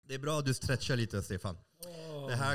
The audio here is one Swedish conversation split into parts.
Det är bra att du stretchar lite, Stefan. Det här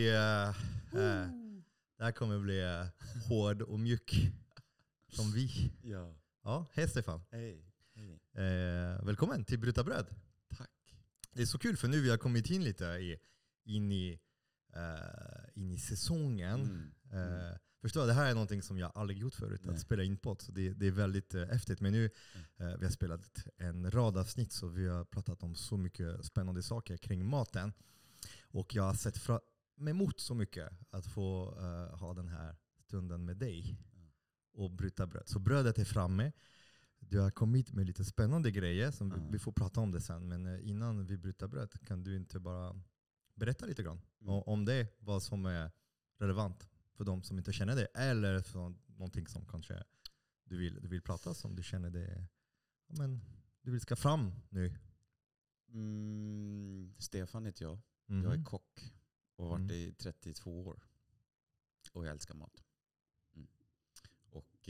kommer bli hård och mjuk. Som vi. Ja, hej Stefan. Hej. Välkommen till Bryta bröd. Tack. Det är så kul för nu vi har kommit in lite in i säsongen. Förstår, det här är någonting som jag aldrig gjort förut, att spela in podd. Så det är väldigt häftigt. Men nu vi har spelat en rad avsnitt, så vi har pratat om så mycket spännande saker kring maten. Och jag har sett fram emot så mycket att få ha den här stunden med dig och bryta bröd. Så brödet är framme. Du har kommit med lite spännande grejer som vi får prata om det sen. Men innan vi bryter bröd, kan du inte bara berätta lite grann om det, vad som är relevant för de som inte känner det, eller för någonting som kanske du vill prata om, du känner det, ja, men du vill ska fram nu. Stefan heter jag. Jag är kock och har varit det i 32 år. Och jag älskar mat. Och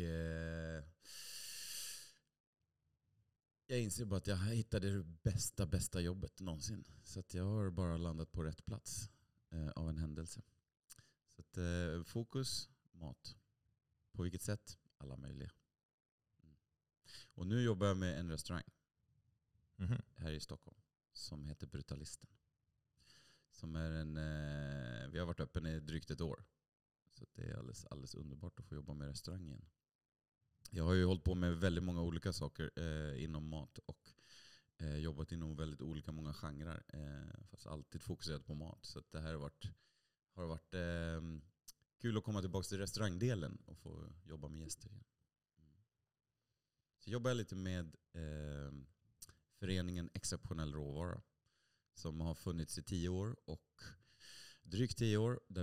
jag inser bara att jag hittade det bästa jobbet någonsin. Så att jag har bara landat på rätt plats av en händelse. Så att, fokus, mat. På vilket sätt? Alla möjliga. Och nu jobbar jag med en restaurang här i Stockholm som heter Brutalisten. Som är vi har varit öppen i drygt ett år. Så att det är alldeles underbart att få jobba med restaurang igen. Jag har ju hållit på med väldigt många olika saker inom mat och jobbat inom väldigt olika många genrer. Fast alltid fokuserat på mat. Så att det här har varit kul att komma tillbaka till restaurangdelen och få jobba med gäster igen. Så jobbar jag lite med föreningen Exceptionell råvara som har funnits i 10 år och drygt 10 år där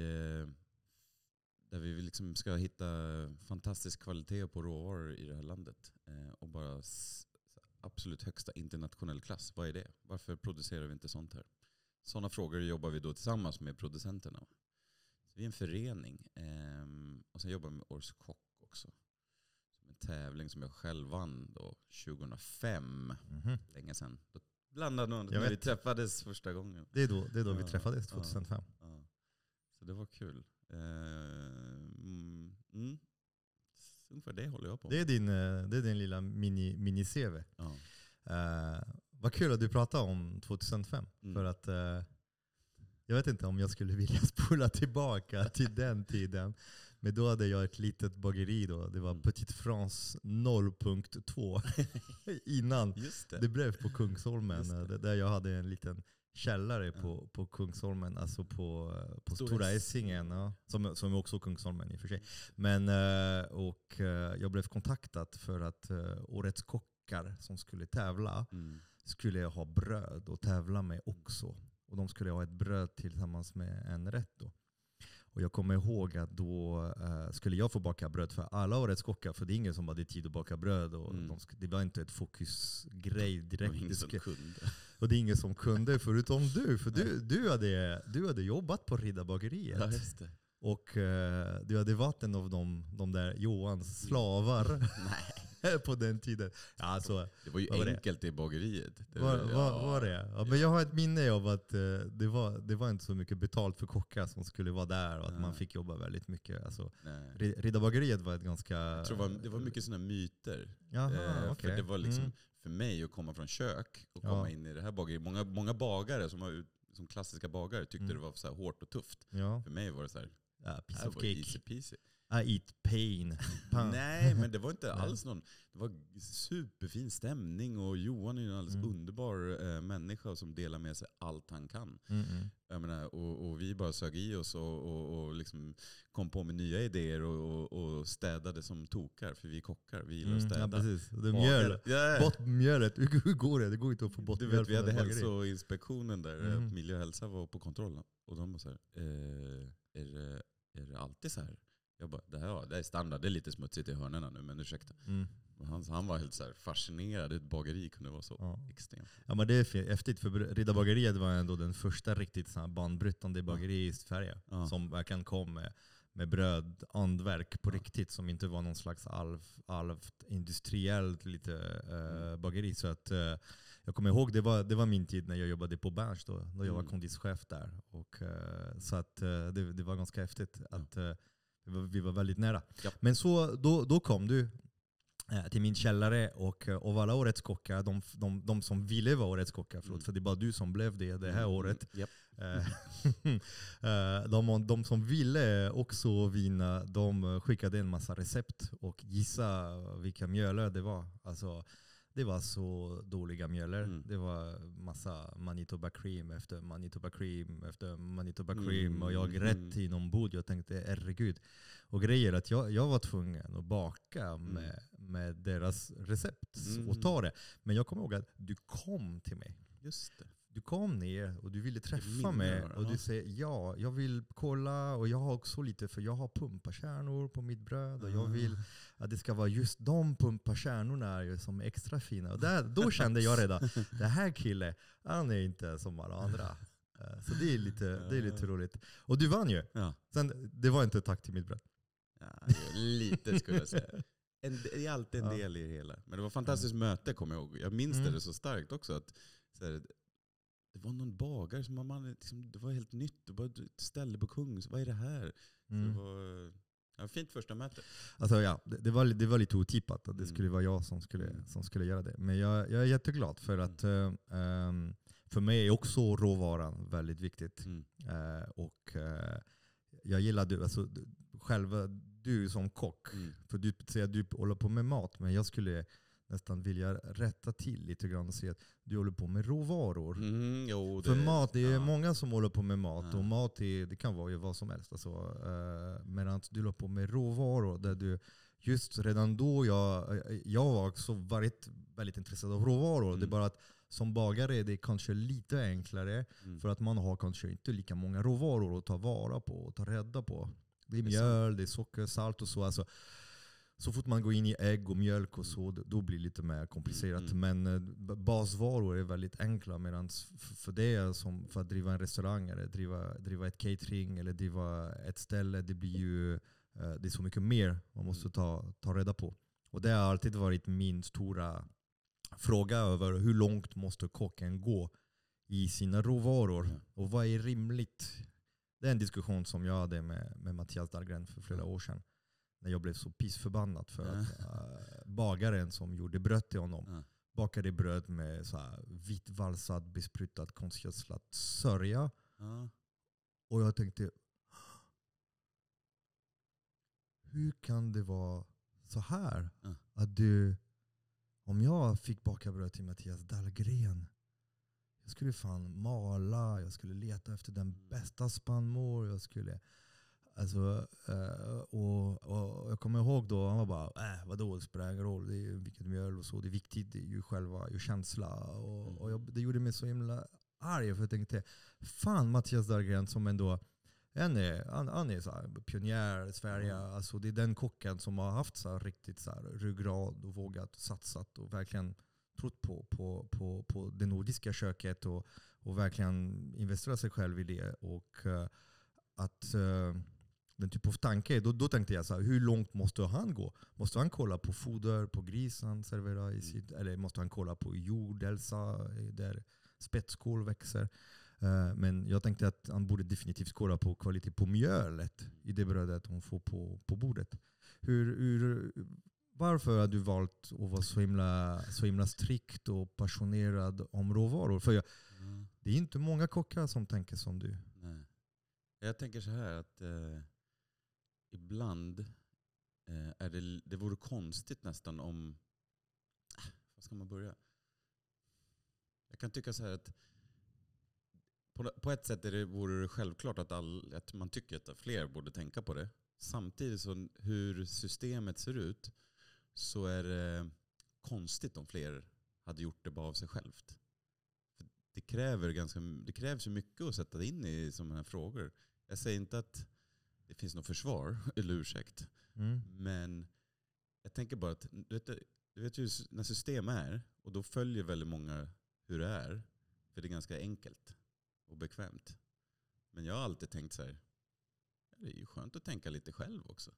vi liksom ska hitta fantastisk kvalitet på råvaror i det här landet och bara absolut högsta internationell klass. Vad är det? Varför producerar vi inte sånt här? Sådana frågor jobbar vi då tillsammans med producenterna. Så vi är en förening och sen jobbar vi med Årets kock också. Som en tävling som jag själv vann då 2005, länge sedan. Då blandade när vi träffades första gången. Det är då vi träffades 2005. Ja. Så det var kul. Ungefär det håller jag på. Det är din lilla mini-CV. Ja. Vad kul att du pratar om 2005. För att jag vet inte om jag skulle vilja spola tillbaka till den tiden. Men då hade jag ett litet bageri då. Det var Petit France 0.2 innan det blev på Kungsholmen. Där jag hade en liten källare på Kungsholmen, alltså på Stora Essingen, som är också Kungsholmen i och för sig. Men och jag blev kontaktad för att Årets kockar som skulle tävla skulle ha bröd och tävla med också. Och de skulle ha ett bröd tillsammans med en rätt då. Och jag kommer ihåg att då skulle jag få baka bröd för alla Årets kockar, för det är ingen som hade tid att baka bröd. Och det var inte ett fokusgrej direkt. Och det är ingen som kunde förutom du. För du hade jobbat på Riddarbageriet. Ja, just det. Och du hade varit en av de där Johans slavar. På den tiden. Ja, alltså, det var ju enkelt i bageriet. Var det? Ja, men jag har ett minne av att det var inte så mycket betalt för kockar som skulle vara där. Och att man fick jobba väldigt mycket. Alltså, Riddarbageriet var ett ganska... Jag tror det var mycket sådana myter. Jaha, för det var liksom för mig att komma från kök och komma in i det här bageriet. Många bagare som klassiska bagare tyckte det var så här hårt och tufft. Ja. För mig var det så här, piece of cake. Easy peasy. I eat pain. Nej, men det var inte alls någon. Det var superfin stämning och Johan är en alldeles underbar människa som delar med sig allt han kan. Jag menar, och vi bara sög i oss och liksom kom på med nya idéer och städade som tokar, för vi är kockar, vi gillar att städa. Ja, precis. Bort mjölet. Hur går det? Det går inte att få bort du mjöl. Vet, vi hade hälsoinspektionen där, miljö och hälsa var på kontrollen. Och de var så här, är det alltid så här? Jag bara, det är standard, det är lite smutsigt i hörnerna nu, men ursäkta. Han var helt så här fascinerad, ett bageri kunde vara så extremt. Ja, men det är häftigt, för Riddarbageriet var ändå den första riktigt så här banbrytande bageri i Sverige som verkligen kom med bröd, andverk på riktigt, som inte var någon slags alvt industriellt lite bageri. Så att jag kommer ihåg, det var min tid när jag jobbade på Berns då jag var kondischef där. Och, så att det var ganska häftigt att vi var väldigt nära. Ja. Men så då kom du till min källare och av alla årets kockar, de som ville vara årets kockar, för det är bara du som blev det här året. Yep. De som ville också vinna, de skickade en massa recept och gissa vilka mjöler det var. Alltså, det var så dåliga mjöler. Det var massa Manitoba cream efter Manitoba cream efter Manitoba cream. Och jag rätt inombords. Jag tänkte, herregud. Och grejer att jag var tvungen att baka med deras recept och ta det. Men jag kommer ihåg att du kom till mig. Just det. Du kom ner och du ville träffa mig och du säger ja, jag vill kolla och jag har också lite, för jag har pumpakärnor på mitt bröd och jag vill att det ska vara just de pumpakärnorna som är extra fina. Och då kände jag redan, det här killen, han är inte som alla andra. Så det är lite roligt. Och du vann ju. Ja. Sen, det var inte tack till mitt bröd. Ja, lite skulle jag säga. Det är alltid en del i det hela. Men det var ett fantastiskt möte, kommer jag ihåg. Jag minns det så starkt också. Att, så här, det var någon bagare som liksom, det var helt nytt. Det var ett ställe på Kungs. Vad är det här? Det var fint första möte. Alltså, ja, det var lite otippat att det skulle vara jag som skulle göra det. Men jag är jätteglad för att för mig är också råvaran väldigt viktigt. Och jag gillar själva du som kock. För du säger att du håller på med mat, men jag skulle nästan vilja rätta till lite grann och säga att du håller på med råvaror. För mat, det är många som håller på med mat. Och mat det kan vara ju vad som helst. Alltså, medan du håller på med råvaror där du just redan då jag har också varit väldigt intresserad av råvaror. Det är bara att som bagare är det kanske lite enklare för att man har kanske inte lika många råvaror att ta vara på och ta rädda på. Det är mjöl, det är socker, salt och så. Alltså, så fort man går in i ägg och mjölk och så, då blir det lite mer komplicerat. Men basvaror är väldigt enkla. Medan för det som för att driva en restaurang eller driva ett catering eller driva ett ställe, det blir ju det är så mycket mer man måste ta reda på. Och det har alltid varit min stora fråga över hur långt måste kocken gå i sina råvaror. Och vad är rimligt? Det är en diskussion som jag hade med Mattias Dahlgren för flera år sedan. När jag blev så pissförbannad för att bagaren som gjorde bröd till honom bakade bröd med så här vitt valsad, besprutat, konstgödslat sörja. Och jag tänkte, hur kan det vara så här? Att om jag fick baka bröd till Mattias Dahlgren, jag skulle fan mala, jag skulle leta efter den bästa spannmål, jag skulle alltså, och jag kommer ihåg då, han var bara, vadå, det spelar ingen roll, det är vilket mjöl och så, det är viktigt, det är ju själva känsla. Och det gjorde mig så himla arg, för jag tänkte, fan Mattias Dahlgren som ändå, han är så här pionjär i Sverige, alltså det är den kocken som har haft så här riktigt så här ryggrad och vågat satsat och verkligen trott på det nordiska köket och verkligen investerat sig själv i det. Och att den typ av tanke, då tänkte jag så här, hur långt måste han gå? Måste han kolla på foder, på gris han serverar i sitt, eller måste han kolla på jordhälsa där spetskål växer? Men jag tänkte att han borde definitivt kolla på kvalitet på mjölet i det brödet hon får på bordet. Varför har du valt att vara så himla strikt och passionerad om råvaror? För det är inte många kockar som tänker som du. Nej. Jag tänker så här att ibland det vore konstigt nästan om... Var ska man börja? Jag kan tycka så här att på ett sätt vore det självklart att man tycker att fler borde tänka på det. Samtidigt så hur systemet ser ut så är det konstigt om fler hade gjort det bara av sig självt. För det krävs ju mycket att sätta in i sådana här frågor. Jag säger inte att det finns något försvar eller ursäkt. Men jag tänker bara att du vet ju när system är, och då följer väldigt många hur det är. För det är ganska enkelt och bekvämt. Men jag har alltid tänkt så här, det är ju skönt att tänka lite själv också.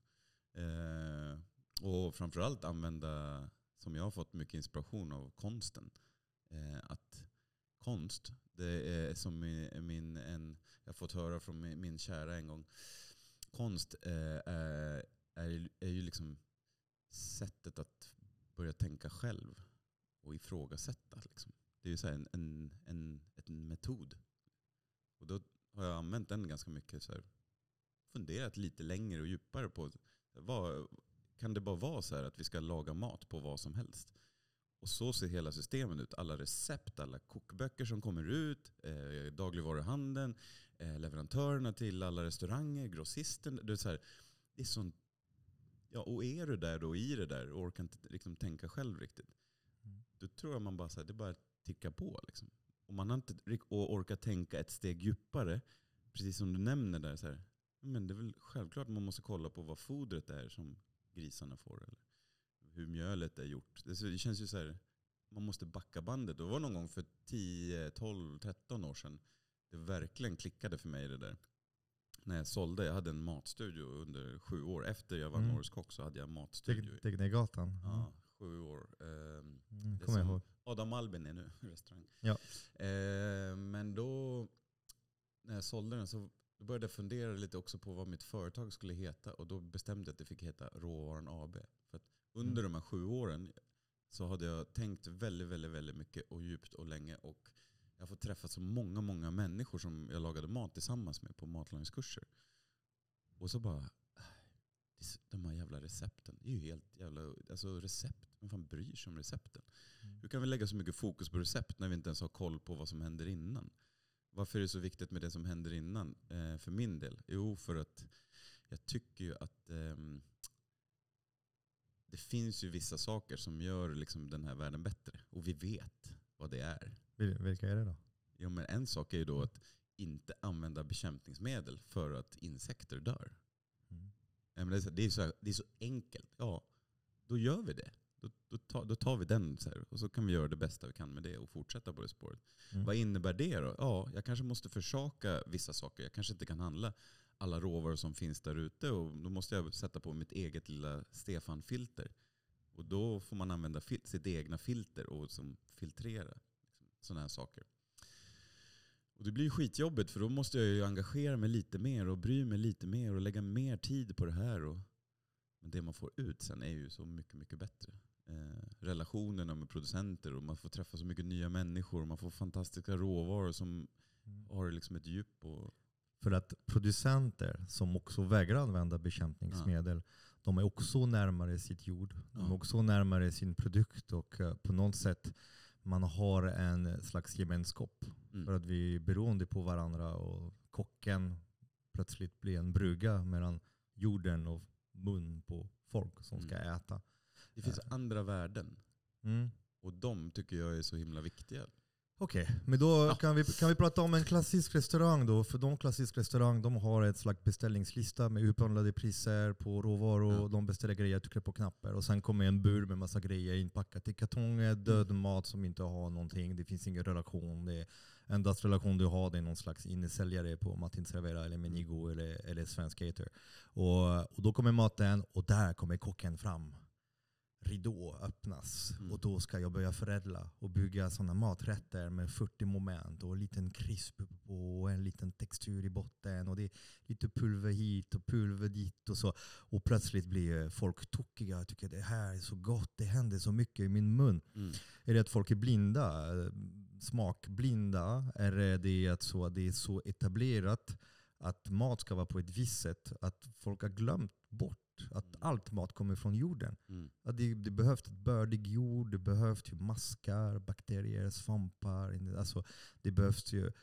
Och framförallt använda, som jag har fått mycket inspiration av, konsten. Att konst, det är som jag har fått höra från min kära en gång. Konst är ju liksom sättet att börja tänka själv och ifrågasätta. Liksom. Det är ju så här en metod. Och då har jag använt den ganska mycket. Så här, funderat lite längre och djupare på kan det bara vara så här att vi ska laga mat på vad som helst. Och så ser hela systemet ut. Alla recept, alla kokböcker som kommer ut, dagligvaruhandeln, leverantörerna till alla restauranger, grossisten. Det är så här, det är sånt. Ja, och är du där då i det där och orkar inte liksom tänka själv riktigt. Då tror jag man bara så här, det bara tickar på liksom. Om man inte orkar tänka ett steg djupare, precis som du nämner där så här, men det är väl självklart man måste kolla på vad fodret är som grisarna får eller hur mjölet är gjort. Det känns ju så här, man måste backa bandet. Det var någon gång för 10, 12, 13 år sedan det verkligen klickade för mig det där. När jag sålde, jag hade en matstudio under 7 år. Efter jag var Norris kock så hade jag en matstudio. Tegnérgatan. Ja, 7 år. Det kommer jag ihåg. Adam Albin är nu restaurang. Ja. Men då, när jag sålde den så började jag fundera lite också på vad mitt företag skulle heta. Och då bestämde jag att det fick heta Råvaran AB. För att under de här 7 åren så hade jag tänkt väldigt, väldigt, väldigt mycket och djupt och länge. Och jag har fått träffa så många, många människor som jag lagade mat tillsammans med på matlagningskurser. Och så bara, de här jävla recepten. Det är ju helt jävla, alltså recept. Vem fan bryr sig om recepten? Hur kan vi lägga så mycket fokus på recept när vi inte ens har koll på vad som händer innan? Varför är det så viktigt med det som händer innan? För min del? Jo, för att jag tycker ju att det finns ju vissa saker som gör liksom den här världen bättre. Och vi vet vad det är. Vilka är det då? Jo, men en sak är ju då att inte använda bekämpningsmedel för att insekter dör. Men det är så enkelt. Ja, då gör vi det. Då tar vi den så här, och så kan vi göra det bästa vi kan med det och fortsätta på det spåret. Vad innebär det då? Ja, jag kanske måste försaka vissa saker. Jag kanske inte kan handla alla råvaror som finns där ute och då måste jag sätta på mitt eget lilla Stefan-filter. Och då får man använda sitt egna filter och som filtrera sådana här saker. Och det blir ju skitjobbigt för då måste jag ju engagera mig lite mer och bry mig lite mer och lägga mer tid på det här. Men det man får ut sen är ju så mycket, mycket bättre. Relationerna med producenter och man får träffa så mycket nya människor och man får fantastiska råvaror som har liksom ett djup. För att producenter som också vägrar använda bekämpningsmedel, de är också närmare sitt jord. De är också närmare sin produkt och på något sätt man har en slags gemenskap. För att vi är beroende på varandra och kocken plötsligt blir en brygga mellan jorden och mun på folk som ska äta. Det finns andra värden. Och de tycker jag är så himla viktiga. Okej, men då kan vi prata om en klassisk restaurang då. För de klassisk restaurang, de har ett slags beställningslista med upphandlade priser på råvaror. De beställer grejer, trycker på knappar. Och sen kommer en bur med massa grejer inpackat i kartonger. Död mat som inte har någonting. Det finns ingen relation. Det endast relation du har det är någon slags innesäljare på Martin Servera eller Menigo eller Svensk Cater. Och då kommer maten och där kommer kocken fram. Ridå öppnas och då ska jag börja förädla och bygga sådana maträtter med 40 moment och en liten krisp och en liten textur i botten och det är lite pulver hit och pulver dit och så. Och plötsligt blir folk tokiga. Jag tycker det här är så gott, det händer så mycket i min mun. Är det att folk är blinda, smakblinda? Är det att det är så etablerat att mat ska vara på ett visst sätt att folk har glömt bort att allt mat kommer från jorden. Att det behövs ett bördig jord, det behövs ju maskar, bakterier, svampar. Alltså, det behövs ju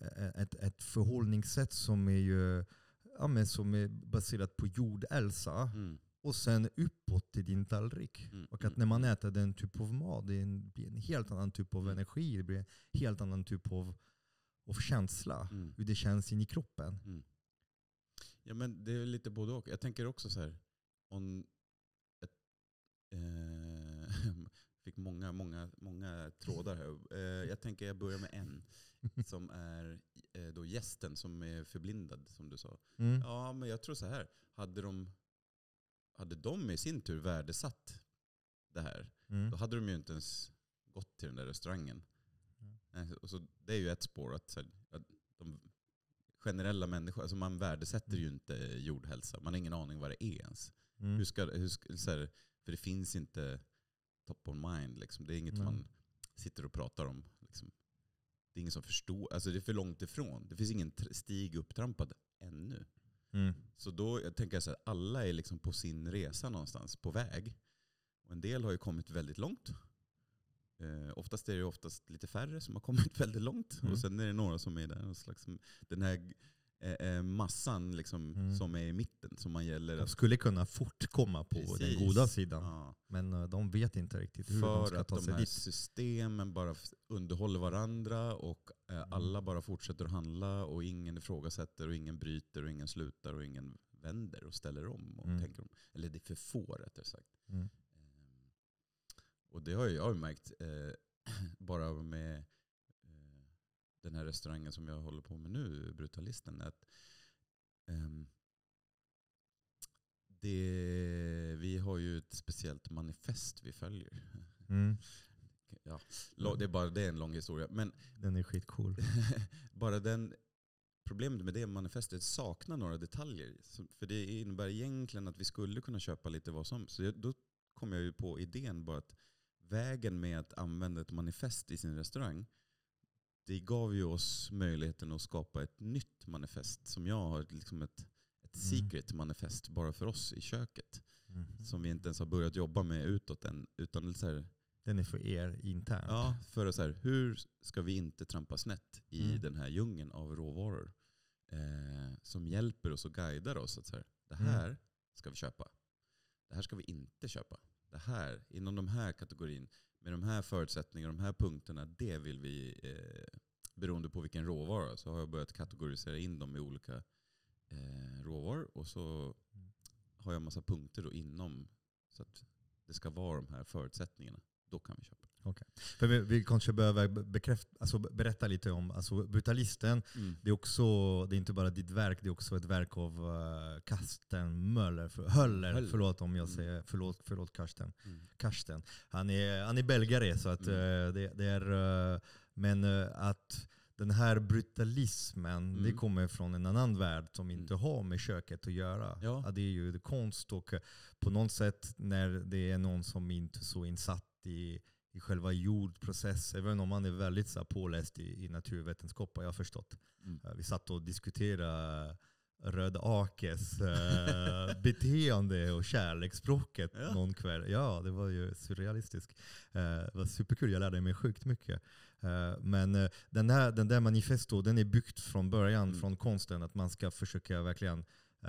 ett förhållningssätt som är ju som är baserat på jordälsa. Och sen uppåt till din tallrik. Och att när man äter den typ av mat, det blir en helt annan typ av energi, det blir en helt annan typ av känsla. Hur det känns in i kroppen. Ja, men det är lite både och. Jag tänker också så här, fick många många trådar här. Jag tänker jag börjar med en som är då gästen som är förblindad, som du sa. Ja, men jag tror så här. Hade de i sin tur värdesatt det här, då hade de ju inte ens gått till den där restaurangen. Och så, det är ju ett spår att de generella människor, alltså man värdesätter ju inte jordhälsa. Man har ingen aning vad det är ens. För det finns inte top of mind. Liksom. Det är inget man sitter och pratar om. Liksom. Det är ingen som förstår. Alltså det är för långt ifrån. Det finns ingen stig upptrampad ännu. Så då jag tänker jag så här, alla är liksom på sin resa någonstans, på väg. Och en del har ju kommit väldigt långt. Oftast är det lite färre som har kommit väldigt långt. Och sen är det några som är där. Slags, den här massan liksom, som är i mitten. Som man gäller de skulle kunna fortkomma på den goda sidan. Ja. Men de vet inte riktigt hur de ska ta sig dit. För att de här systemen bara underhåller varandra. Och alla bara fortsätter att handla. Och ingen ifrågasätter och ingen bryter och ingen slutar och ingen vänder och ställer om. Och tänker om. Eller det är för få rättare sagt. Och det har jag märkt bara med den här restaurangen som jag håller på med nu, Brutalisten, att vi har ju ett speciellt manifest vi följer. Ja, det är en lång historia. Men den är skitcool. bara problemet med det manifestet saknar några detaljer. För det innebär egentligen att vi skulle kunna köpa lite vad som. Så då kom jag ju på idén bara att vägen med att använda ett manifest i sin restaurang, det gav ju oss möjligheten att skapa ett nytt manifest som jag har liksom ett secret manifest bara för oss i köket. Som vi inte ens har börjat jobba med utåt än. Utan så här, den är för er internt. Ja, för att så här, hur ska vi inte trampa snett i den här djungeln av råvaror som hjälper oss och guidar oss. Att så här, det här ska vi köpa. Det här ska vi inte köpa. Det här, inom de här kategorin, med de här förutsättningarna, de här punkterna, det vill vi, beroende på vilken råvara, så har jag börjat kategorisera in dem i olika råvaror. Och så har jag en massa punkter då inom, så att det ska vara de här förutsättningarna. Då kan vi köpa. Okay. För vi kanske behöver berätta lite om Brutalisten. Det är inte bara ditt verk, det är också ett verk av Karsten Höller. Förlåt om jag säger förlåt Karsten. Karsten. Han är belgare, så att det är men att den här brutalismen, det kommer från en annan värld som inte har med köket att göra. Ja, det är ju konst, och på något sätt när det är någon som inte är så insatt i själva jordprocessen, även om man är väldigt så påläst i naturvetenskap, jag har förstått. Vi satt och diskuterade Röda Akes beteende och kärleksspråket någon kväll. Ja, det var ju surrealistiskt. Det var superkul, jag lärde mig sjukt mycket. Men den där manifesto, den är byggt från början från konsten, att man ska försöka verkligen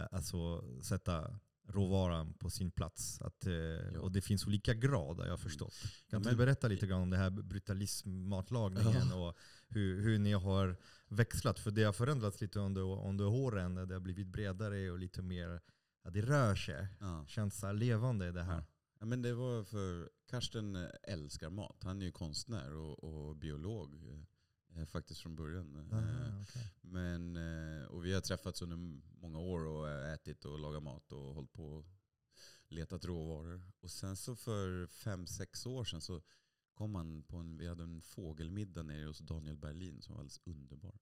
sätta råvaran på sin plats. Och det finns olika grader, jag har förstått. Kan du berätta lite grann om det här brutalism-matlagningen och hur ni har växlat? För det har förändrats lite under åren. Det har blivit bredare och lite mer, det rör sig. Känns så levande det här. Ja, men det var för Karsten älskar mat. Han är ju konstnär och biolog. Faktiskt från början. Okay. Men, och vi har träffats under många år och ätit och lagat mat och hållit på och letat råvaror. Och sen så för 5-6 år sedan så kom han på vi hade en fågelmiddag nere hos Daniel Berlin som var alldeles underbar.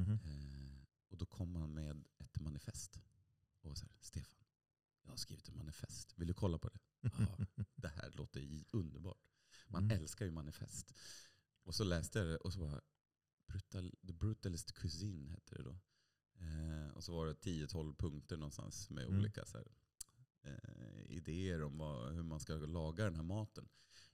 Och då kom han med ett manifest. Och så här, Stefan, jag har skrivit ett manifest. Vill du kolla på det? Ja, det här låter underbart. Man älskar ju manifest. Och så läste jag det och så var The Brutalist Cuisine hette det då. Och så var det 10-12 punkter någonstans med olika så här, idéer om hur man ska laga den här maten.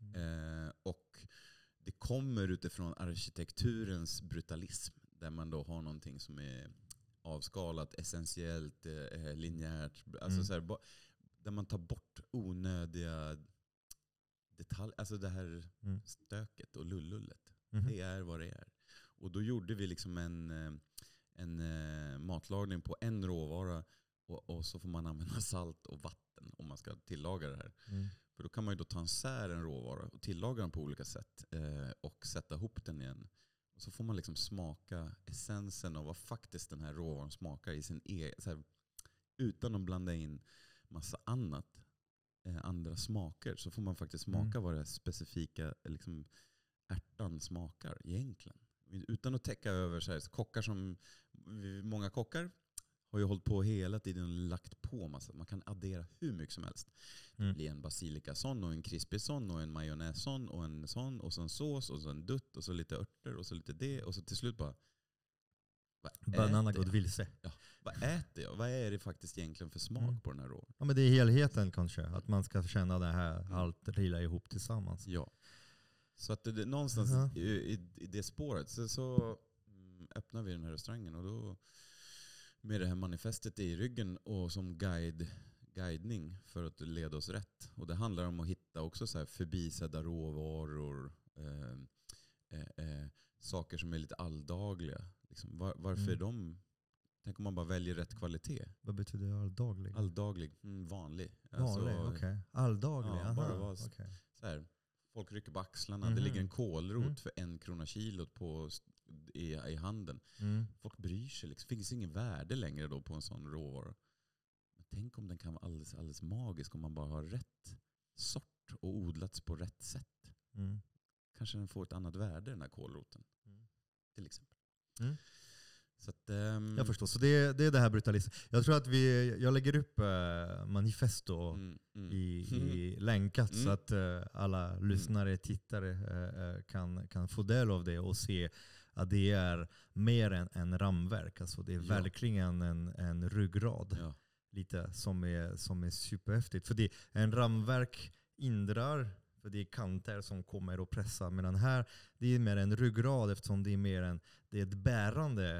Och det kommer utifrån arkitekturens brutalism, där man då har någonting som är avskalat, essentiellt, linjärt. Alltså så här, där man tar bort onödiga detaljer. Alltså det här stöket och lullullet. Det är vad det är. Och då gjorde vi liksom en matlagning på en råvara och så får man använda salt och vatten om man ska tillaga det här. För då kan man ju då ta isär en råvara och tillaga den på olika sätt och sätta ihop den igen. Och så får man liksom smaka essensen av vad faktiskt den här råvaran smakar i sin egen, utan att blanda in massa annat, andra smaker, så får man faktiskt smaka vad det specifika liksom, ärtan smakar egentligen. Utan att täcka över så här, många kockar har ju hållit på hela tiden och lagt på massa. Man kan addera hur mycket som helst. Det blir en basilikason och en krispig och en majonnässon och en sån och så en sås och så en dutt och så lite örter och så lite det och så till slut bara Bananerna gått vilse. Ja, vad äter jag? Vad är det faktiskt egentligen för smak på den här råvaran? Ja, men det är helheten kanske. Att man ska känna det här, allt rila ihop tillsammans. Ja. Så att det någonstans i det spåret så öppnar vi den här restaurangen och då med det här manifestet i ryggen och som guidning för att leda oss rätt. Och det handlar om att hitta också så här förbisedda råvaror, saker som är lite alldagliga. Liksom, varför är de... Tänk om man bara väljer rätt kvalitet. Vad betyder alldaglig? Alldaglig, vanlig. Vanlig, okej. Alldaglig, ja, bara vara okay. Så här, folk rycker på axlarna. Det ligger en kålrot för 1 krona kilot i handeln. Folk bryr sig. Liksom. Det finns ingen värde längre då på en sån råvara. Men tänk om den kan vara alldeles, alldeles magisk om man bara har rätt sort och odlats på rätt sätt. Kanske den får ett annat värde, den här kålroten. Till exempel. Så att, jag förstår. Så det är det här brutalism. Jag tror att jag lägger upp manifesto i länkat så att alla lyssnare, tittare kan få del av det och se att det är mer än en ramverk. Alltså det är verkligen en ryggrad. Ja. Lite som är superhäftigt. För en ramverk indrar, för det är kanter som kommer att pressa. Medan här, det är mer en ryggrad eftersom det är ett bärande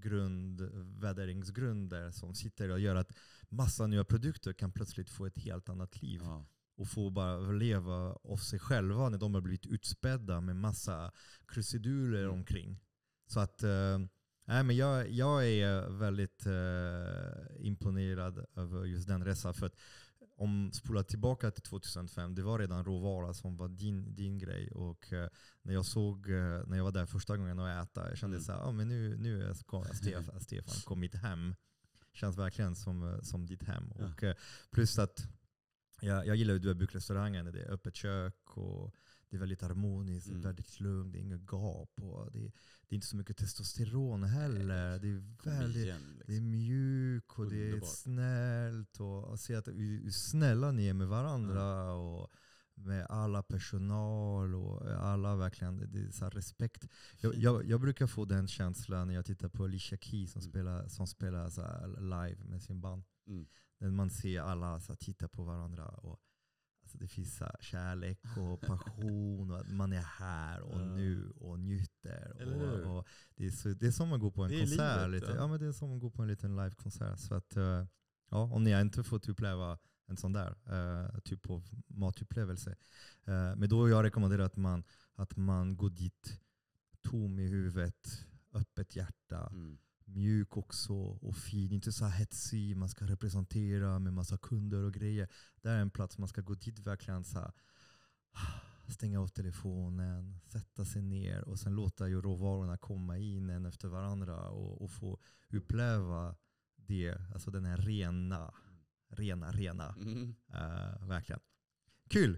väderingsgrunder som sitter och gör att massa nya produkter kan plötsligt få ett helt annat liv. Ja. Och få bara leva av sig själva när de har blivit utspädda med massa krusiduler omkring. Så att men jag är väldigt imponerad över just den resan. För att om spola tillbaka till 2005, det var redan råvara som var din grej. Och när jag var där första gången och äta, jag kände så här, men nu är Stefan kommit hem. Känns verkligen som ditt hem. Ja. Och plus att jag gillar ju Duebuck-restaurangen, det är öppet kök och det är väldigt harmoniskt, väldigt lugnt, det är inga gap och det är inte så mycket testosteron heller. Det är väldigt det är mjuk och det är snällt och se att hur snälla ni är med varandra och med alla personal och alla verkligen, det är så här respekt. Jag brukar få den känslan när jag tittar på Alicia Keys som spelar så här live med sin band. När man ser alla så här, titta på varandra och alltså, det finns så här, kärlek och passion och att man är här och nu och njuter. Och det är som man går på en konsert. Livet, lite. Ja, men det är som man går på en liten livekonsert. Så att, om ni inte fått uppleva en sån där typ av matupplevelse. Men då jag rekommenderar att man går dit tom i huvudet, öppet hjärta. Mjuk också och fin, inte så här hetsig, man ska representera med massa kunder och grejer. Det är en plats man ska gå dit verkligen så här, stänga av telefonen, sätta sig ner och sen låta ju råvarorna komma in en efter varandra och få uppleva det, alltså den här rena verkligen. Kul!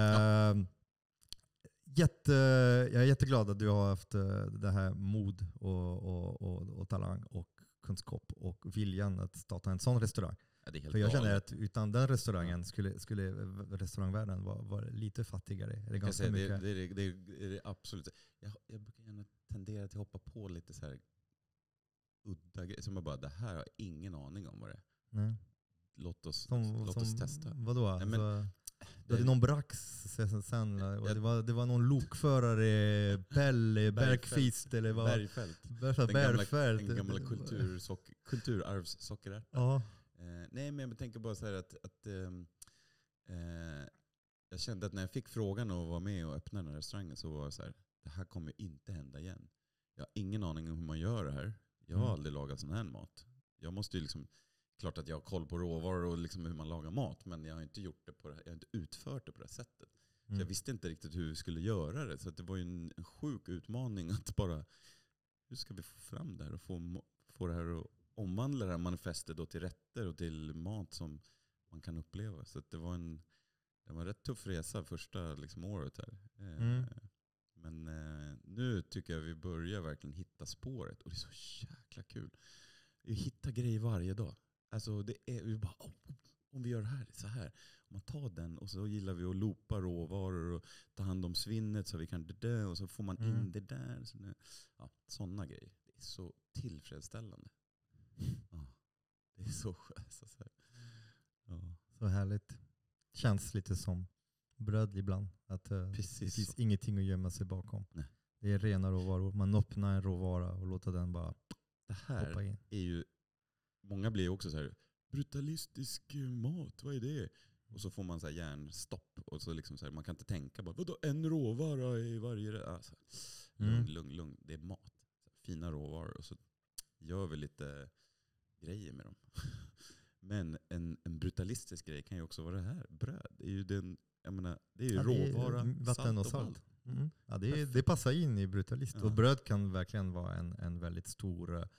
Jag är jätteglad att du har haft det här mod och talang och kunskap och viljan att starta en sån restaurang. Ja, det är helt för jag känner att utan den restaurangen skulle restaurangvärlden vara lite fattigare. Det är ganska mycket. Det är absolut. Jag brukar gärna tendera till att hoppa på lite så här udda grejer. Som jag bara, det här har jag ingen aning om vad det är. Nej. Låt oss testa. Vadå? Nej, men, det var någon brax sen. Det var någon lokförare, Pelle, Bergqvist eller vad? Bergfält. Den gamla kulturarvssockerärtan. Ja. Nej, men jag tänker bara så här att jag kände att när jag fick frågan att vara med och öppna den här restaurangen så var det så här, det här kommer inte hända igen. Jag har ingen aning om hur man gör det här. Jag har aldrig lagat sån här mat. Jag måste ju liksom klart att jag har koll på råvaror och liksom hur man lagar mat, men jag har inte gjort det jag har inte utfört det på det sättet. Så jag visste inte riktigt hur vi skulle göra det. Så att det var ju en sjuk utmaning att bara, hur ska vi få fram det här och få det här att omvandla det här manifestet då till rätter och till mat som man kan uppleva. Så att det var en rätt tuff resa första liksom året här. Men nu tycker jag vi börjar verkligen hitta spåret. Och det är så jäkla kul. Vi hittar grejer varje dag. Alltså det är vi bara, om vi gör det här, så här. Om man tar den och så gillar vi att loopa råvaror och ta hand om svinnet så vi kan det och så får man in det där. Så sådana grejer. Det är så tillfredsställande. Ja, det är så skönt. Så härligt. Känns lite som bröd ibland. Att det finns ingenting att gömma sig bakom. Nej. Det är rena råvaror. Man öppnar en råvara och låter den bara det här hoppa in. Är ju, många blir ju också så här, brutalistisk mat, vad är det? Och så får man så här hjärnstopp. Och så liksom så här, man kan inte tänka bara, vadå en råvara i varje... Alltså, lugn. Det är mat. Så fina råvaror. Och så gör vi lite grejer med dem. Men en brutalistisk grej kan ju också vara det här. Bröd. Det är ju det är ju råvara, vatten och salt. Ja, det passar in i brutalist. Ja. Och bröd kan verkligen vara en väldigt stor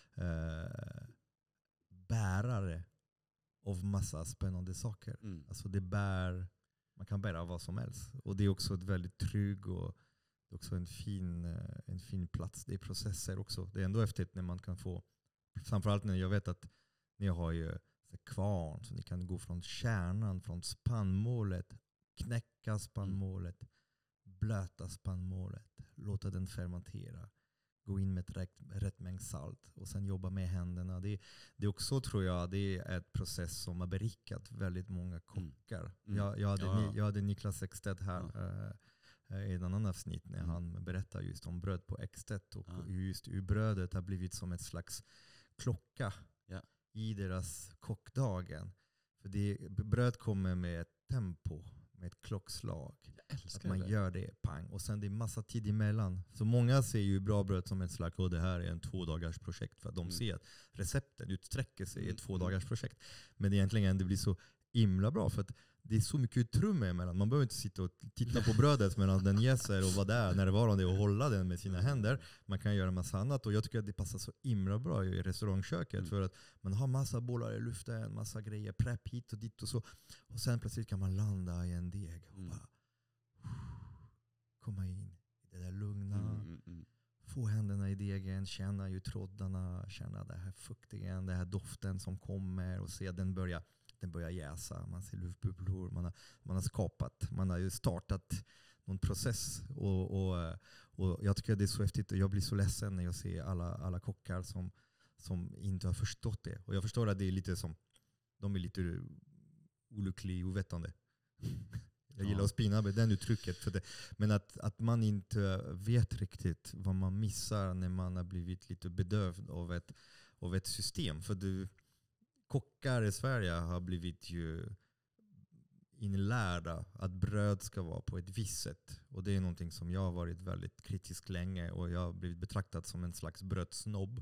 bärare av massa spännande saker. Alltså man kan bära vad som helst. Och det är också ett väldigt trygg och också en fin plats. Det är processer också. Det är ändå häftigt när man kan få, framförallt när jag vet att ni har ju kvarn, så ni kan gå från kärnan, från spannmålet, knäcka spannmålet, blöta spannmålet, låta den fermentera, gå in med rätt mängd salt och sen jobba med händerna. Det är också, tror jag, det är ett process som har berikat väldigt många kockar. Jag hade Niklas Ekstedt här i en annan avsnitt när han berättar just om bröd på Ekstedt och just hur brödet har blivit som ett slags klocka i deras kockdagen. För bröd kommer med ett tempo, med ett klockslag. Att man gör det, pang. Och sen det är massa tid emellan. Så många ser ju bra bröd som ett slags, det här är en 2-dagars projekt. För att de ser att recepten utsträcker sig i ett 2-dagars projekt. Men egentligen det blir så himla bra. För att det är så mycket utrymme emellan. Man behöver inte sitta och titta på brödet medan den jäser och vara där närvarande och hålla den med sina händer. Man kan göra en massa annat. Och jag tycker att det passar så himla bra i restaurangköket. För att man har massa bollar i luften, massa grejer, prepp hit och dit och så. Och sen plötsligt kan man landa i en deg och bara komma in i det där lugna. Få händerna i degen, känna ju trådarna, känna det här fuktigen, det här doften som kommer och se den börjar jäsa. Man ser luftbubblor, man har skapat, man har ju startat någon process och jag tycker det är så häftigt och jag blir så ledsen när jag ser alla kockar som inte har förstått det. Och jag förstår att det är lite som, de är lite olyckliga och ovetande. Jag gillar att spina med den uttrycket. Men att man inte vet riktigt vad man missar när man har blivit lite bedövd av ett system. För kockar i Sverige har blivit ju inlärda att bröd ska vara på ett visst sätt. Och det är någonting som jag har varit väldigt kritisk länge. Och jag har blivit betraktad som en slags brödsnobb.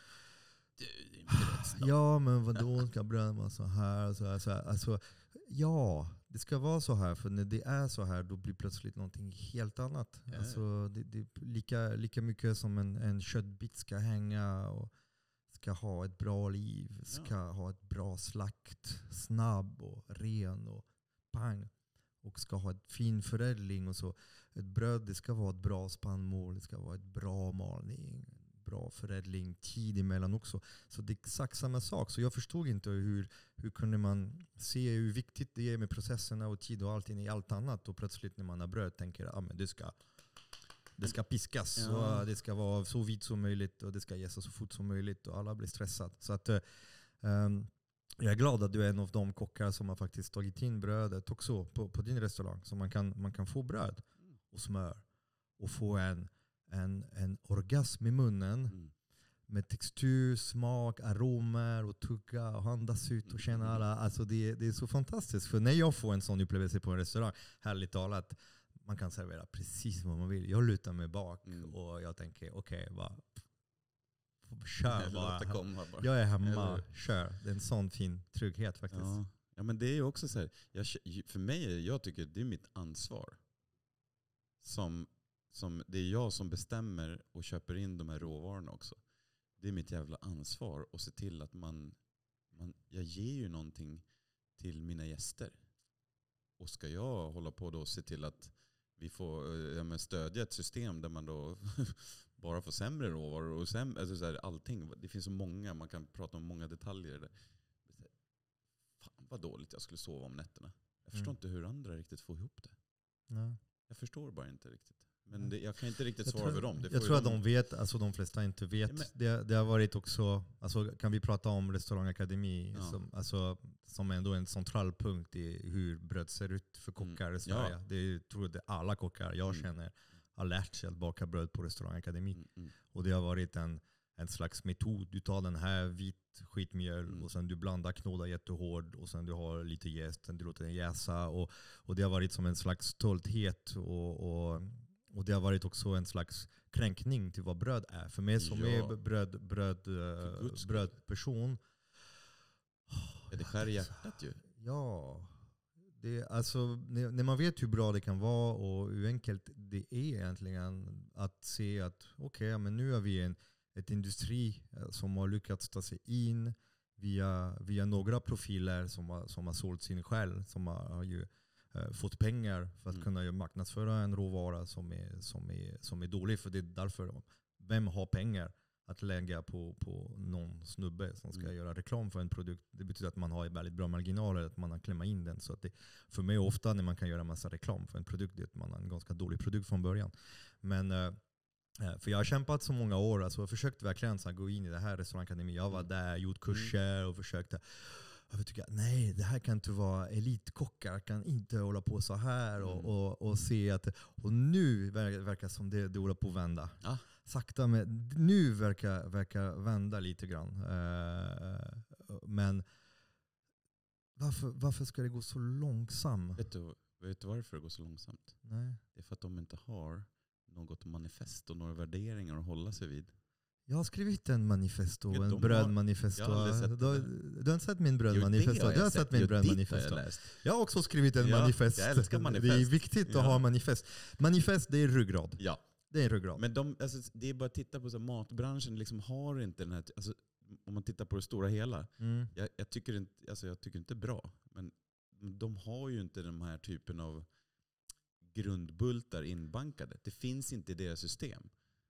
Ja, men vadå ska bröd vara så här? Så här. Alltså, ja, det ska vara så här. För när det är så här, då blir plötsligt någonting helt annat. Ja. Alltså, det är lika mycket som en köttbit ska hänga och ska ha ett bra liv, ska ha ett bra slakt, snabb och ren och pang. Och ska ha ett fin förädling och så. Ett bröd, det ska vara ett bra spannmål, det ska vara ett bra malning, bra förädling, tid emellan också. Så det är exakt samma sak. Så jag förstod inte hur kunde man se hur viktigt det är med processerna och tid och allting i allt annat. Och plötsligt när man har bröd tänker men det ska piskas och det ska vara så vitt som möjligt och det ska jäsa så fort som möjligt och alla blir stressade. Så att jag är glad att du är en av de kockar som har faktiskt tagit in brödet också på din restaurang. Så man kan få bröd och smör och få en orgasm i munnen med textur, smak, aromer och tugga och andas ut och känna alla. Alltså det är så fantastiskt. För när jag får en sån upplevelse på en restaurang, härligt talat, man kan servera precis vad man vill. Jag lutar mig bak och jag tänker, okej, kör Låta bara. komma bara. Jag är hemma, Eller- kör. Det är en sån fin trygghet faktiskt. Ja, men det är ju också så här, för mig, jag tycker det är mitt ansvar. Som det är jag som bestämmer och köper in de här råvarorna också. Det är mitt jävla ansvar att se till att jag ger ju någonting till mina gäster. Och ska jag hålla på då och se till att vi får stödja ett system där man då bara får sämre råvaror och alltså så här, allting. Det finns så många, man kan prata om många detaljer där. Fan vad dåligt jag skulle sova om nätterna. Jag förstår inte hur andra riktigt får ihop det. Ja. Jag förstår bara inte riktigt. Men jag kan inte riktigt Jag svara tror- för dem. Jag tror att de vet, alltså de flesta inte vet. Ja, Det har varit också, alltså kan vi prata om restaurangakademi som ändå är en central punkt i hur bröd ser ut för kockar i Sverige. Ja. Det är, tror jag, alla kockar jag känner har lärt sig att baka bröd på restaurangakademi. Och det har varit en slags metod. Du tar den här vit skitmjöl och sen du blandar knåda jättehård och sen du har lite jäst, sen du låter den jäsa och det har varit som en slags stolthet och det har varit också en slags kränkning till vad bröd är. För mig som är brödperson. Ja, det skär i hjärtat ju. Ja. Alltså, när man vet hur bra det kan vara och hur enkelt det är egentligen att se att okej, men nu är vi ett industri som har lyckats ta sig in via några profiler som har sålt sin själ, som har ju fått pengar för att kunna marknadsföra en råvara som är dålig. För det är därför, vem har pengar att lägga på någon snubbe som ska göra reklam för en produkt? Det betyder att man har väldigt bra marginaler, att man har klämma in den. Så att det, för mig ofta när man kan göra massa reklam för en produkt, det är att man har en ganska dålig produkt från början. Men för jag har kämpat så många år, alltså jag har försökt verkligen så här, gå in i det här restaurangakademin. Jag var där, gjort kurser och försökte. Jag tycker nej, det här kan inte vara elitkockar, kan inte hålla på så här och se att och nu verkar som det håller på att vända. Ja. Sakta, men nu verkar vända lite grann. Men varför ska det gå så långsamt? Vet du varför det går så långsamt? Nej. Det är för att de inte har något manifest och några värderingar att hålla sig vid. Jag har skrivit en manifesto, Ja, en brödmanifesto. jag har aldrig sett Du har inte sett min brödmanifesto? Du har sett min brödmanifesto. Jag har också skrivit en manifest. Jag älskar manifest. Det är viktigt att ha manifest. Manifest, det är ryggrad. Ja. Det är ryggrad. Men det är bara att titta på så matbranschen liksom har inte den här, alltså, om man tittar på det stora hela. Jag tycker inte bra, men de har ju inte den här typen av grundbultar inbankade. Det finns inte i deras system.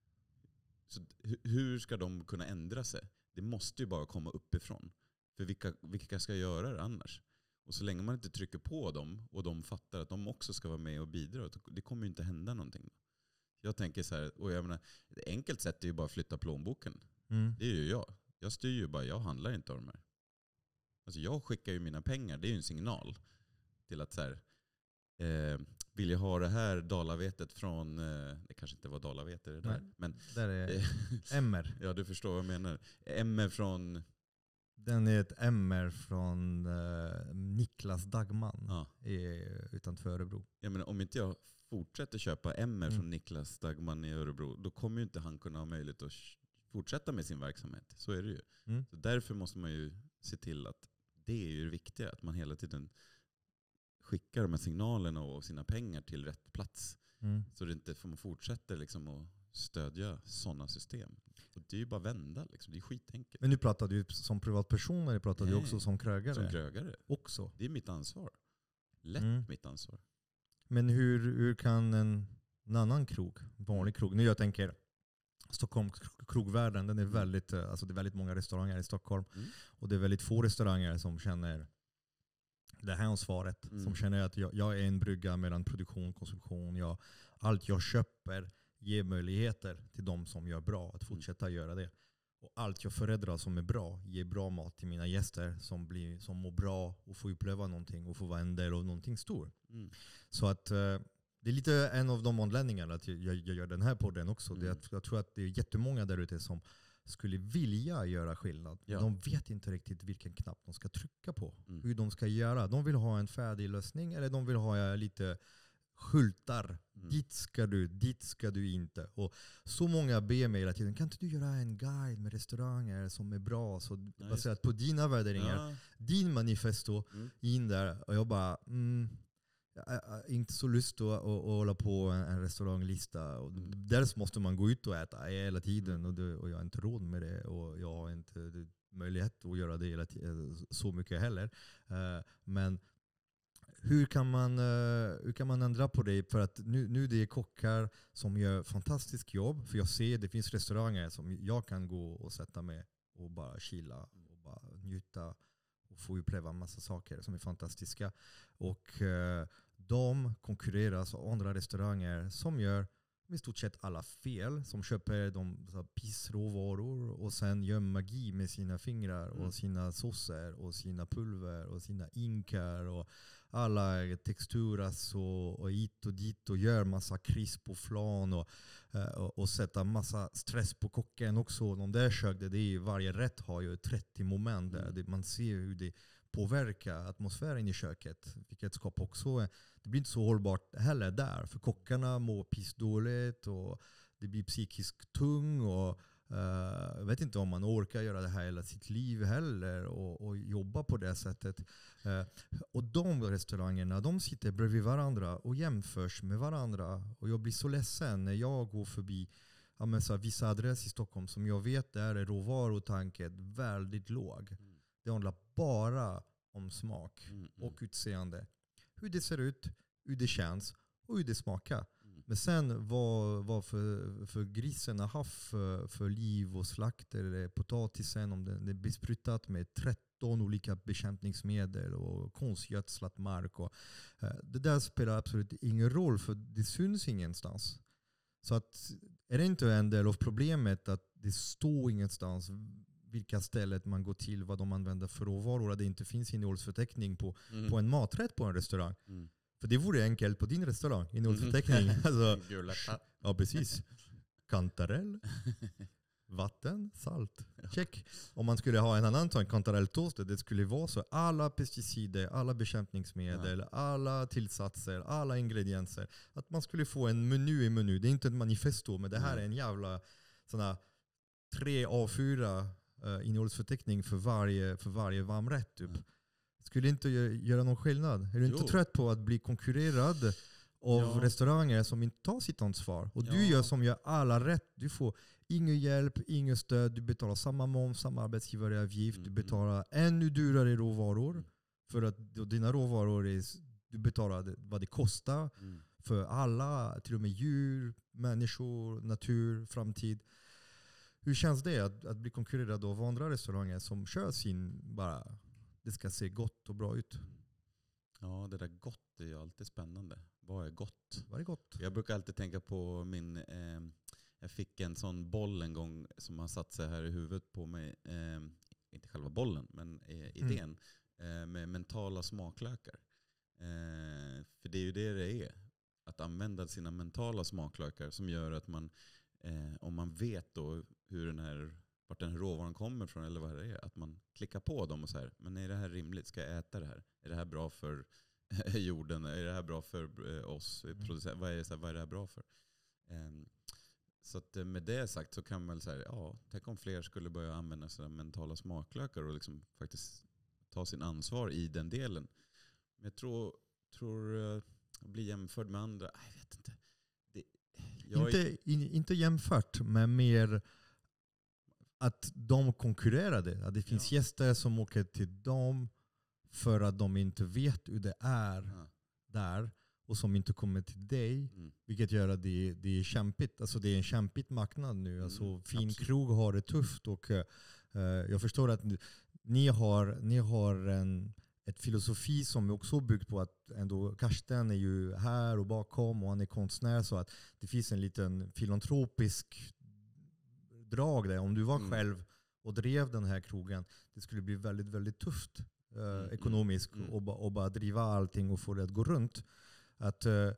Så hur ska de kunna ändra sig? Det måste ju bara komma uppifrån. För vilka ska göra det annars? Och så länge man inte trycker på dem och de fattar att de också ska vara med och bidra, det kommer ju inte hända någonting. Jag tänker så här, och jag menar, ett enkelt sätt är ju bara att flytta plånboken. Det är ju jag. Jag styr ju bara, jag handlar inte av de här. Alltså jag skickar ju mina pengar, det är ju en signal till att så här, vill jag ha det här dalavetet från, det kanske inte var dalavete det där. Nej, men där är MR. Ja, du förstår vad jag menar. MR från... Den är ett MR från Niklas Dagman utanför Örebro. Jag menar, om inte jag fortsätter köpa MR från Niklas Dagman i Örebro, då kommer ju inte han kunna ha möjlighet att fortsätta med sin verksamhet. Så är det ju. Så därför måste man ju se till att det är ju det viktiga, att man hela tiden skickar de här signalerna och sina pengar till rätt plats. Så det inte får man fortsätter liksom att stödja sådana system. Och det är ju bara vända. Liksom. Det är skitenkelt. Men nu pratar du som privatperson eller pratar du också som krögare? Som krögare. Också. Det är mitt ansvar. Lätt mitt ansvar. Men hur kan en annan krog, vanlig krog, nu jag tänker Stockholm krogvärlden, den är väldigt, alltså det är väldigt många restauranger i Stockholm. Och det är väldigt få restauranger som känner det här ansvaret. Som känner att jag är en brygga mellan produktion och konsumtion. Allt jag köper ger möjligheter till de som gör bra att fortsätta göra det. Och allt jag förädlar som är bra ger bra mat till mina gäster som mår bra och får uppleva någonting och får vara en del av någonting stort. Så att det är lite en av de anledningarna att jag gör den här podden också. Det är att jag tror att det är jättemånga där ute som skulle vilja göra skillnad. Ja. De vet inte riktigt vilken knapp de ska trycka på. Hur de ska göra. De vill ha en färdig lösning eller de vill ha lite skyltar. Dit ska du inte. Och så många ber mig hela tiden, kan inte du göra en guide med restauranger som är bra? Så baserat på dina värderingar, din manifesto in där. Och jag bara, jag har inte så lust att hålla på en restauranglista. Och dels måste man gå ut och äta hela tiden. Och jag har inte råd med det. Och jag har inte möjlighet att göra det hela tiden, så mycket heller. Men hur kan man ändra på det? För att nu det är kockar som gör fantastiskt jobb. För jag ser det finns restauranger som jag kan gå och sätta mig och bara chilla och bara njuta och få uppleva en massa saker som är fantastiska. Och de konkurreras av andra restauranger som gör i stort sett alla fel. Som köper de pissråvaror och sen gör magi med sina fingrar och sina såser och sina pulver och sina inkar och alla texturas och hit och dit och gör massa krisp och flan och sätta massa stress på kocken också. De där köken, varje rätt har ju 30 moment där. Man ser hur det påverkar atmosfären i köket. Vilket skapar också, det blir inte så hållbart heller där. För kockarna mår pissdåligt och det blir psykiskt tung och jag vet inte om man orkar göra det här hela sitt liv heller och jobba på det sättet. Och de restaurangerna, de sitter bredvid varandra och jämförs med varandra. Och jag blir så ledsen när jag går förbi vissa adresser i Stockholm som jag vet där är råvarutanket väldigt låg. Det handlar bara om smak och utseende. Hur det ser ut, hur det känns och hur det smakar. Men sen vad för grisen har haft för liv och slakt eller potatisen, om den är besprutat med 13 olika bekämpningsmedel och konstgödslat mark. Och, det där spelar absolut ingen roll för det syns ingenstans. Så att, är det inte en del av problemet att det står ingenstans vilka ställen man går till, vad de använder för råvaror, att det inte finns innehållsförteckning på en maträtt på en restaurang. För det vore enkelt på din restaurang, innehållsförteckning. Alltså, ja, precis. Kantarell, vatten, salt. Check. Om man skulle ha en annan kantarelltoast, det skulle vara så. Alla pesticider, alla bekämpningsmedel, alla tillsatser, alla ingredienser. Att man skulle få en meny i meny. Det är inte ett manifesto, men det här är en jävla såna 3 A4 innehållsförteckning för varje varmrätt typ. Skulle inte göra någon skillnad? Är du inte trött på att bli konkurrerad av restauranger som inte tar sitt ansvar? Och du gör som gör alla rätt. Du får ingen hjälp, ingen stöd. Du betalar samma moms, samma arbetsgivaravgift. Du betalar ännu dyrare råvaror. För att dina råvaror du betalar vad det kostar. För alla, till och med djur, människor, natur, framtid. Hur känns det att bli konkurrerad av andra restauranger som kör bara det ska se gott och bra ut? Ja, det där gott är ju alltid spännande. Vad är gott? Vad är gott? Jag brukar alltid tänka på jag fick en sån boll en gång som har satt sig här i huvudet på mig. Inte själva bollen, men idén. Med mentala smaklökar. För det är ju det är. Att använda sina mentala smaklökar som gör att man, om man vet då vart den här råvaran kommer från eller vad det är, att man klickar på dem och så här, men är det här rimligt? Ska jag äta det här? Är det här bra för jorden? Är det här bra för oss? Vad är det här bra för? Så att med det sagt så kan man väl säga, tänk om fler skulle börja använda sina mentala smaklökar och liksom faktiskt ta sin ansvar i den delen. Men jag tror bli jämförd med andra, jag vet inte. Inte jämfört, men mer att de konkurrerade. Att det finns gäster som åker till dem för att de inte vet hur det är där och som inte kommer till dig. Vilket gör att det är kämpigt. Alltså det är en kämpigt marknad nu. Alltså fin krog har det tufft och jag förstår att ni har ett filosofi som är också byggt på att ändå Karsten är ju här och bakom och han är konstnär, så att det finns en liten filantropisk drag där. Om du var själv och drev den här krogen, det skulle bli väldigt, väldigt tufft ekonomiskt och bara driva allting och få det att gå runt. Att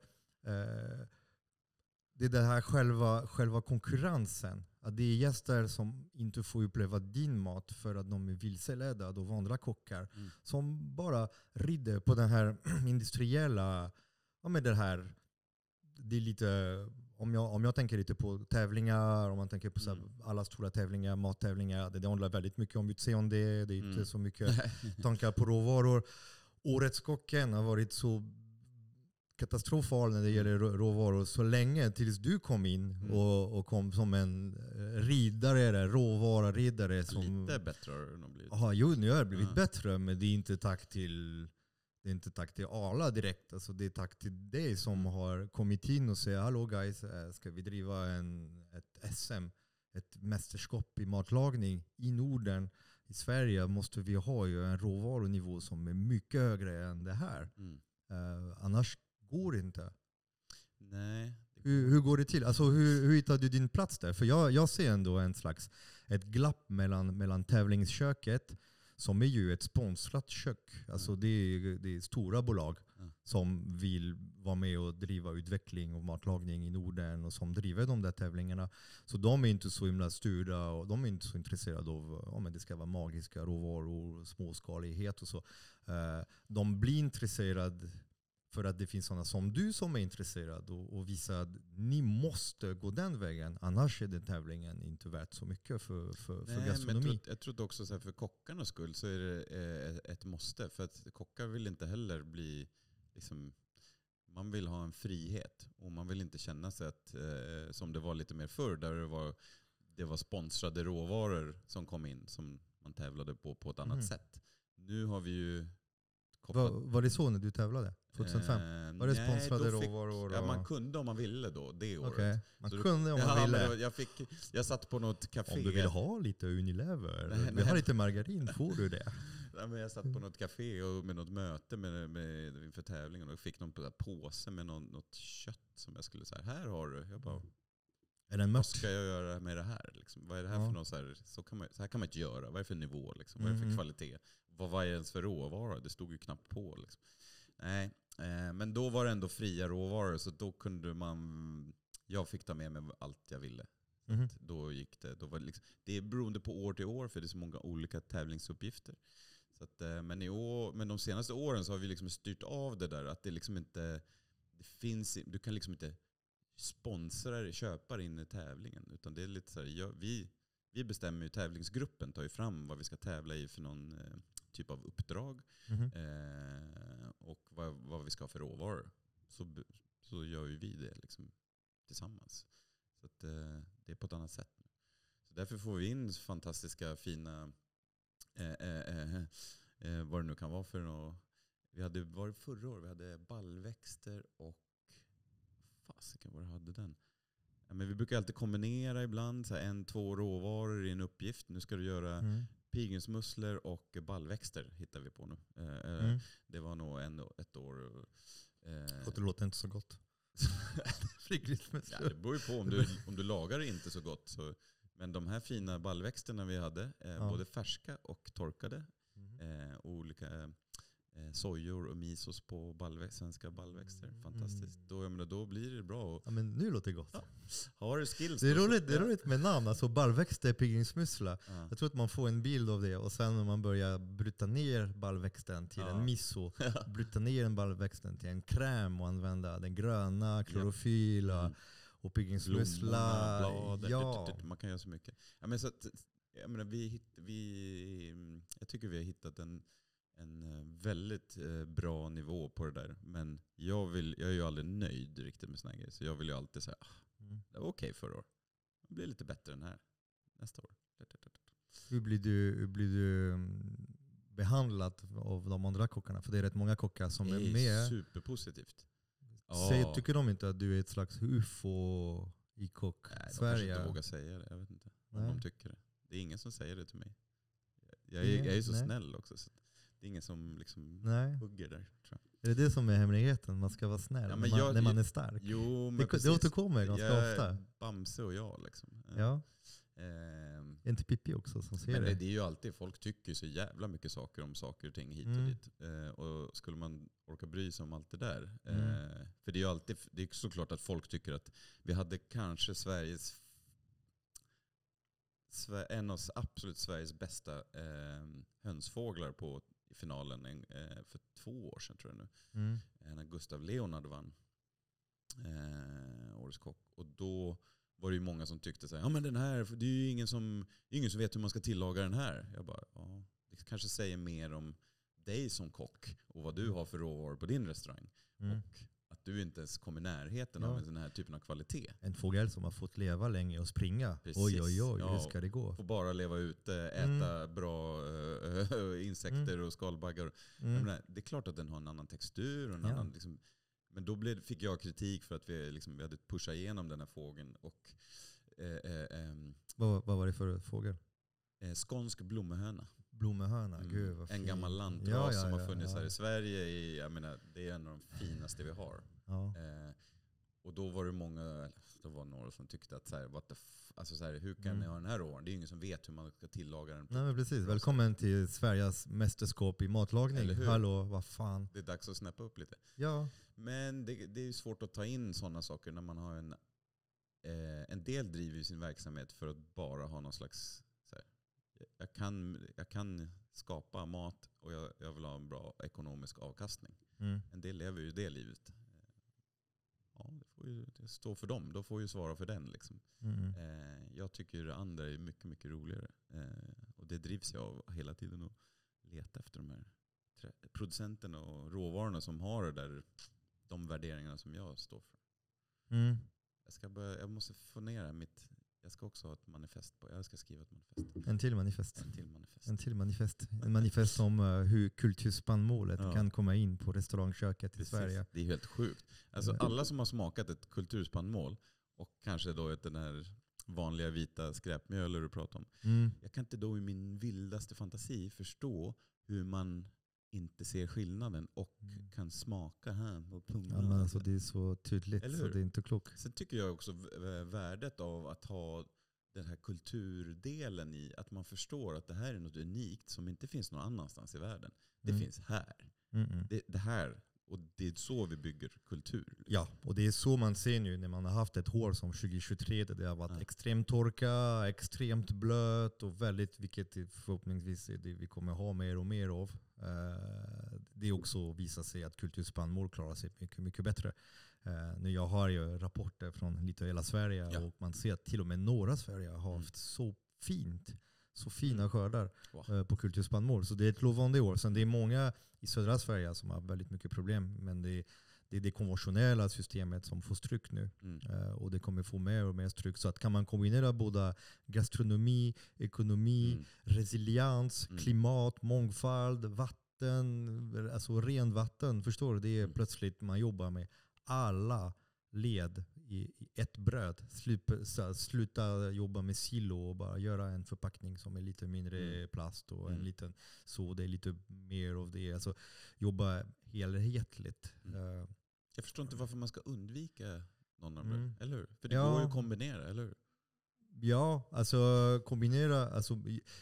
det är det här själva konkurrensen. Att det är gäster som inte får uppleva din mat för att de är vilseledda av andra kockar som bara rider på den här industriella, med det här det är lite, om jag tänker lite på tävlingar, om man tänker på så här, alla stora tävlingar, mattävlingar, det handlar väldigt mycket om utseende, det är inte så mycket tankar på råvaror. Årets kocken har varit så katastrofal när det gäller råvaror så länge tills du kom in och kom som en riddare, råvarariddare. Lite bättre har det nog blivit. Jo, nu har det blivit bättre, men det är inte tack till alla direkt. Alltså det är tack till dig som har kommit in och säger hallå guys, ska vi driva ett SM, ett mästerskap i matlagning i Norden. I Sverige måste vi ha ju en råvarunivå som är mycket högre än det här. Annars går det inte. Nej. Hur går det till? Alltså hur hittar du din plats där? För jag ser ändå ett glapp mellan tävlingsköket, som är ju ett sponsrat kök. Alltså det är stora bolag som vill vara med och driva utveckling och matlagning i Norden och som driver de där tävlingarna. Så de är inte så himla styrda och de är inte så intresserade av men det ska vara magiska råvaror, småskalighet och så. De blir intresserade för att det finns sådana som du som är intresserad och visar att ni måste gå den vägen. Annars är den tävlingen inte värt så mycket för gastronomi. Men jag tror också så här, för kockarnas skull så är det ett måste. För att kockar vill inte heller bli... Liksom, man vill ha en frihet. Och man vill inte känna sig att, som det var lite mer förr, där det var sponsrade råvaror som kom in som man tävlade på ett annat sätt. Nu har vi ju... Var det så när du tävlade? 2005? Var det sponsrade råvaror? Ja, man kunde om man ville då, det året. Okay. Man kunde om man ville. Jag satt på något café. Om du vill ha lite Unilever, vi har lite margarin, får du det? Nej, men jag satt på något café och med något möte inför tävlingen och fick någon påse med något kött som jag skulle säga, här har du. Jag bara, vad ska jag göra med det här? Liksom? Vad är det här för något? Så här kan man inte göra. Vad är det för nivå? Liksom? Vad är det för kvalitet? Vad är det ens för råvara? Det stod ju knappt på. Liksom. Nej, men då var det ändå fria råvaror, så då kunde jag fick ta med mig allt jag ville. Då gick det. Då var det, liksom, det är beroende på år till år, för det är så många olika tävlingsuppgifter. Så att, men de senaste åren så har vi liksom styrt av det där, att det liksom inte, du kan liksom inte sponsra köpare in i tävlingen, utan det är lite så här, vi bestämmer ju, tävlingsgruppen tar ju fram vad vi ska tävla i för någon typ av uppdrag och vad vi ska ha för råvaror. Så gör ju vi det liksom tillsammans. Så att, det är på ett annat sätt. Så därför får vi in fantastiska, fina vad det nu kan vara för något. Var det förra året? Vi hade ballväxter och fasiken vad hade den? Men vi brukar alltid kombinera ibland så här 1-2 råvaror i en uppgift. Nu ska du göra pilgrimsmusslor och ballväxter, hittar vi på nu. Det var nog ett år. Och det låter inte så gott. Ja, det beror ju på om du lagar det inte så gott. Så. Men de här fina ballväxterna vi hade, både färska och torkade, olika sojor och misos på svenska ballväxter. Fantastiskt. Då blir det bra. Ja, men nu låter det gott. Ja. Har du skills? Det är roligt med namn. Alltså ballväxter, pilgrimsmussla. Jag tror att man får en bild av det. Och sen när man börjar bryta ner ballväxten till en miso, bryta ner en ballväxten till en kräm och använda den gröna, klorofyl och pilgrimsmussla. Bladet, man kan göra så mycket. Ja, men så att, jag tycker vi har hittat en väldigt bra nivå på det där. Men jag är ju aldrig nöjd riktigt med såna grejer. Så jag vill ju alltid säga, det var okej förra år. Det blir lite bättre än här nästa år. Hur blir du behandlad av de andra kockarna? För det är rätt många kockar som är med. Det är superpositivt. Tycker de inte att du är ett slags UFO i kock-Sverige? De kanske inte vågar säga det. Jag vet inte om de tycker det. Det är ingen som säger det till mig. Jag är så snäll också. Så det är ingen som liksom hugger där, tror jag. Är det som är hemligheten? Man ska vara snäll när man är stark. Jo, men det återkommer ganska ofta. Bamse och jag liksom. Ja. Är inte Pippi också som ser det? Men det är ju alltid, folk tycker så jävla mycket saker om saker och ting hit och dit. Och skulle man orka bry sig om allt det där. För det är ju alltid, det är såklart att folk tycker att vi hade kanske en av absolut Sveriges bästa hönsfåglar i finalen för 2 år sedan, tror jag nu. När Gustav Leonard vann. Årets kock. Och då var det ju många som tyckte så här, ja men den här, det är ju ingen som vet hur man ska tillaga den här. Jag bara, ja, det kanske säger mer om dig som kock och vad du har för råvaror på din restaurang. Och att du inte ens kommer i närheten av en sån här typen av kvalitet. En fågel som har fått leva länge och springa. Precis. Oj, hur ska det gå? Får bara leva ute, äta bra insekter och skalbaggar. Menar, det är klart att den har en annan textur. Och en annan, liksom, men då fick jag kritik för att vi hade pushat igenom den här fågeln. Och, vad var det för fågel? Skånsk blommehöna. Blommehöna, gud vad fint. En gammal lantras som har funnits här i Sverige. Jag menar, det är en av de finaste vi har. Ja. Och då var det var några som tyckte att så här, hur kan ni ha den här åren? Det är ingen som vet hur man ska tillaga den. Nej men precis, välkommen till Sveriges mästerskap i matlagning. Hallå, vad fan. Det är dags att snäppa upp lite. Ja. Men det är svårt att ta in sådana saker när man har en del driver sin verksamhet för att bara ha någon slags så här, jag kan skapa mat och jag vill ha en bra ekonomisk avkastning. En del lever ju det livet. Ja, det får ju stå för dem. Då får ju svara för den. Liksom. Jag tycker det andra är mycket, mycket roligare. Och det drivs jag av hela tiden att leta efter de här producenterna och råvarorna som har de värderingarna som jag står för. Jag måste få ner jag ska också ha ett manifest jag ska skriva ett manifest. En till manifest. En manifest om hur kulturspannmålet kan komma in på restaurangköket i Sverige. Det är helt sjukt. Alltså alla som har smakat ett kulturspannmål och kanske då den här vanliga vita skräpmjöl du pratar om. Jag kan inte då i min vildaste fantasi förstå hur man inte ser skillnaden och kan smaka här på tungan. Ja, men alltså det är så tydligt så det är inte klokt. Sen tycker jag också värdet av att ha den här kulturdelen i att man förstår att det här är något unikt som inte finns någon annanstans i världen. Det finns här. Det här. Och det är så vi bygger kultur. Ja, och det är så man ser nu när man har haft ett år som 2023 där det har varit extremt torka, extremt blöt och väldigt, vilket förhoppningsvis är det vi kommer ha mer och mer av. Det också visar sig att kulturspannmål klarar sig mycket, mycket bättre. Nu jag har ju rapporter från lite hela Sverige och man ser att till och med norra Sverige har haft så fina skördar på kulturspannmål. Så det är ett lovande år. Sen det är många i södra Sverige som har väldigt mycket problem. Men det är det konventionella systemet som får stryk nu. Och det kommer få mer och mer stryk. Så att kan man kombinera både gastronomi, ekonomi, resiliens, klimat, mångfald, vatten, alltså ren vatten. Förstår du? Det är plötsligt man jobbar med alla led i ett bröd. Sluta jobba med silo och bara göra en förpackning som är lite mindre plast och en liten så det är lite mer av det. Alltså jobba helhetligt. Jag förstår inte varför man ska undvika någon av det, eller hur? För det går ju att kombinera, eller hur? Ja, alltså kombinera. Alltså,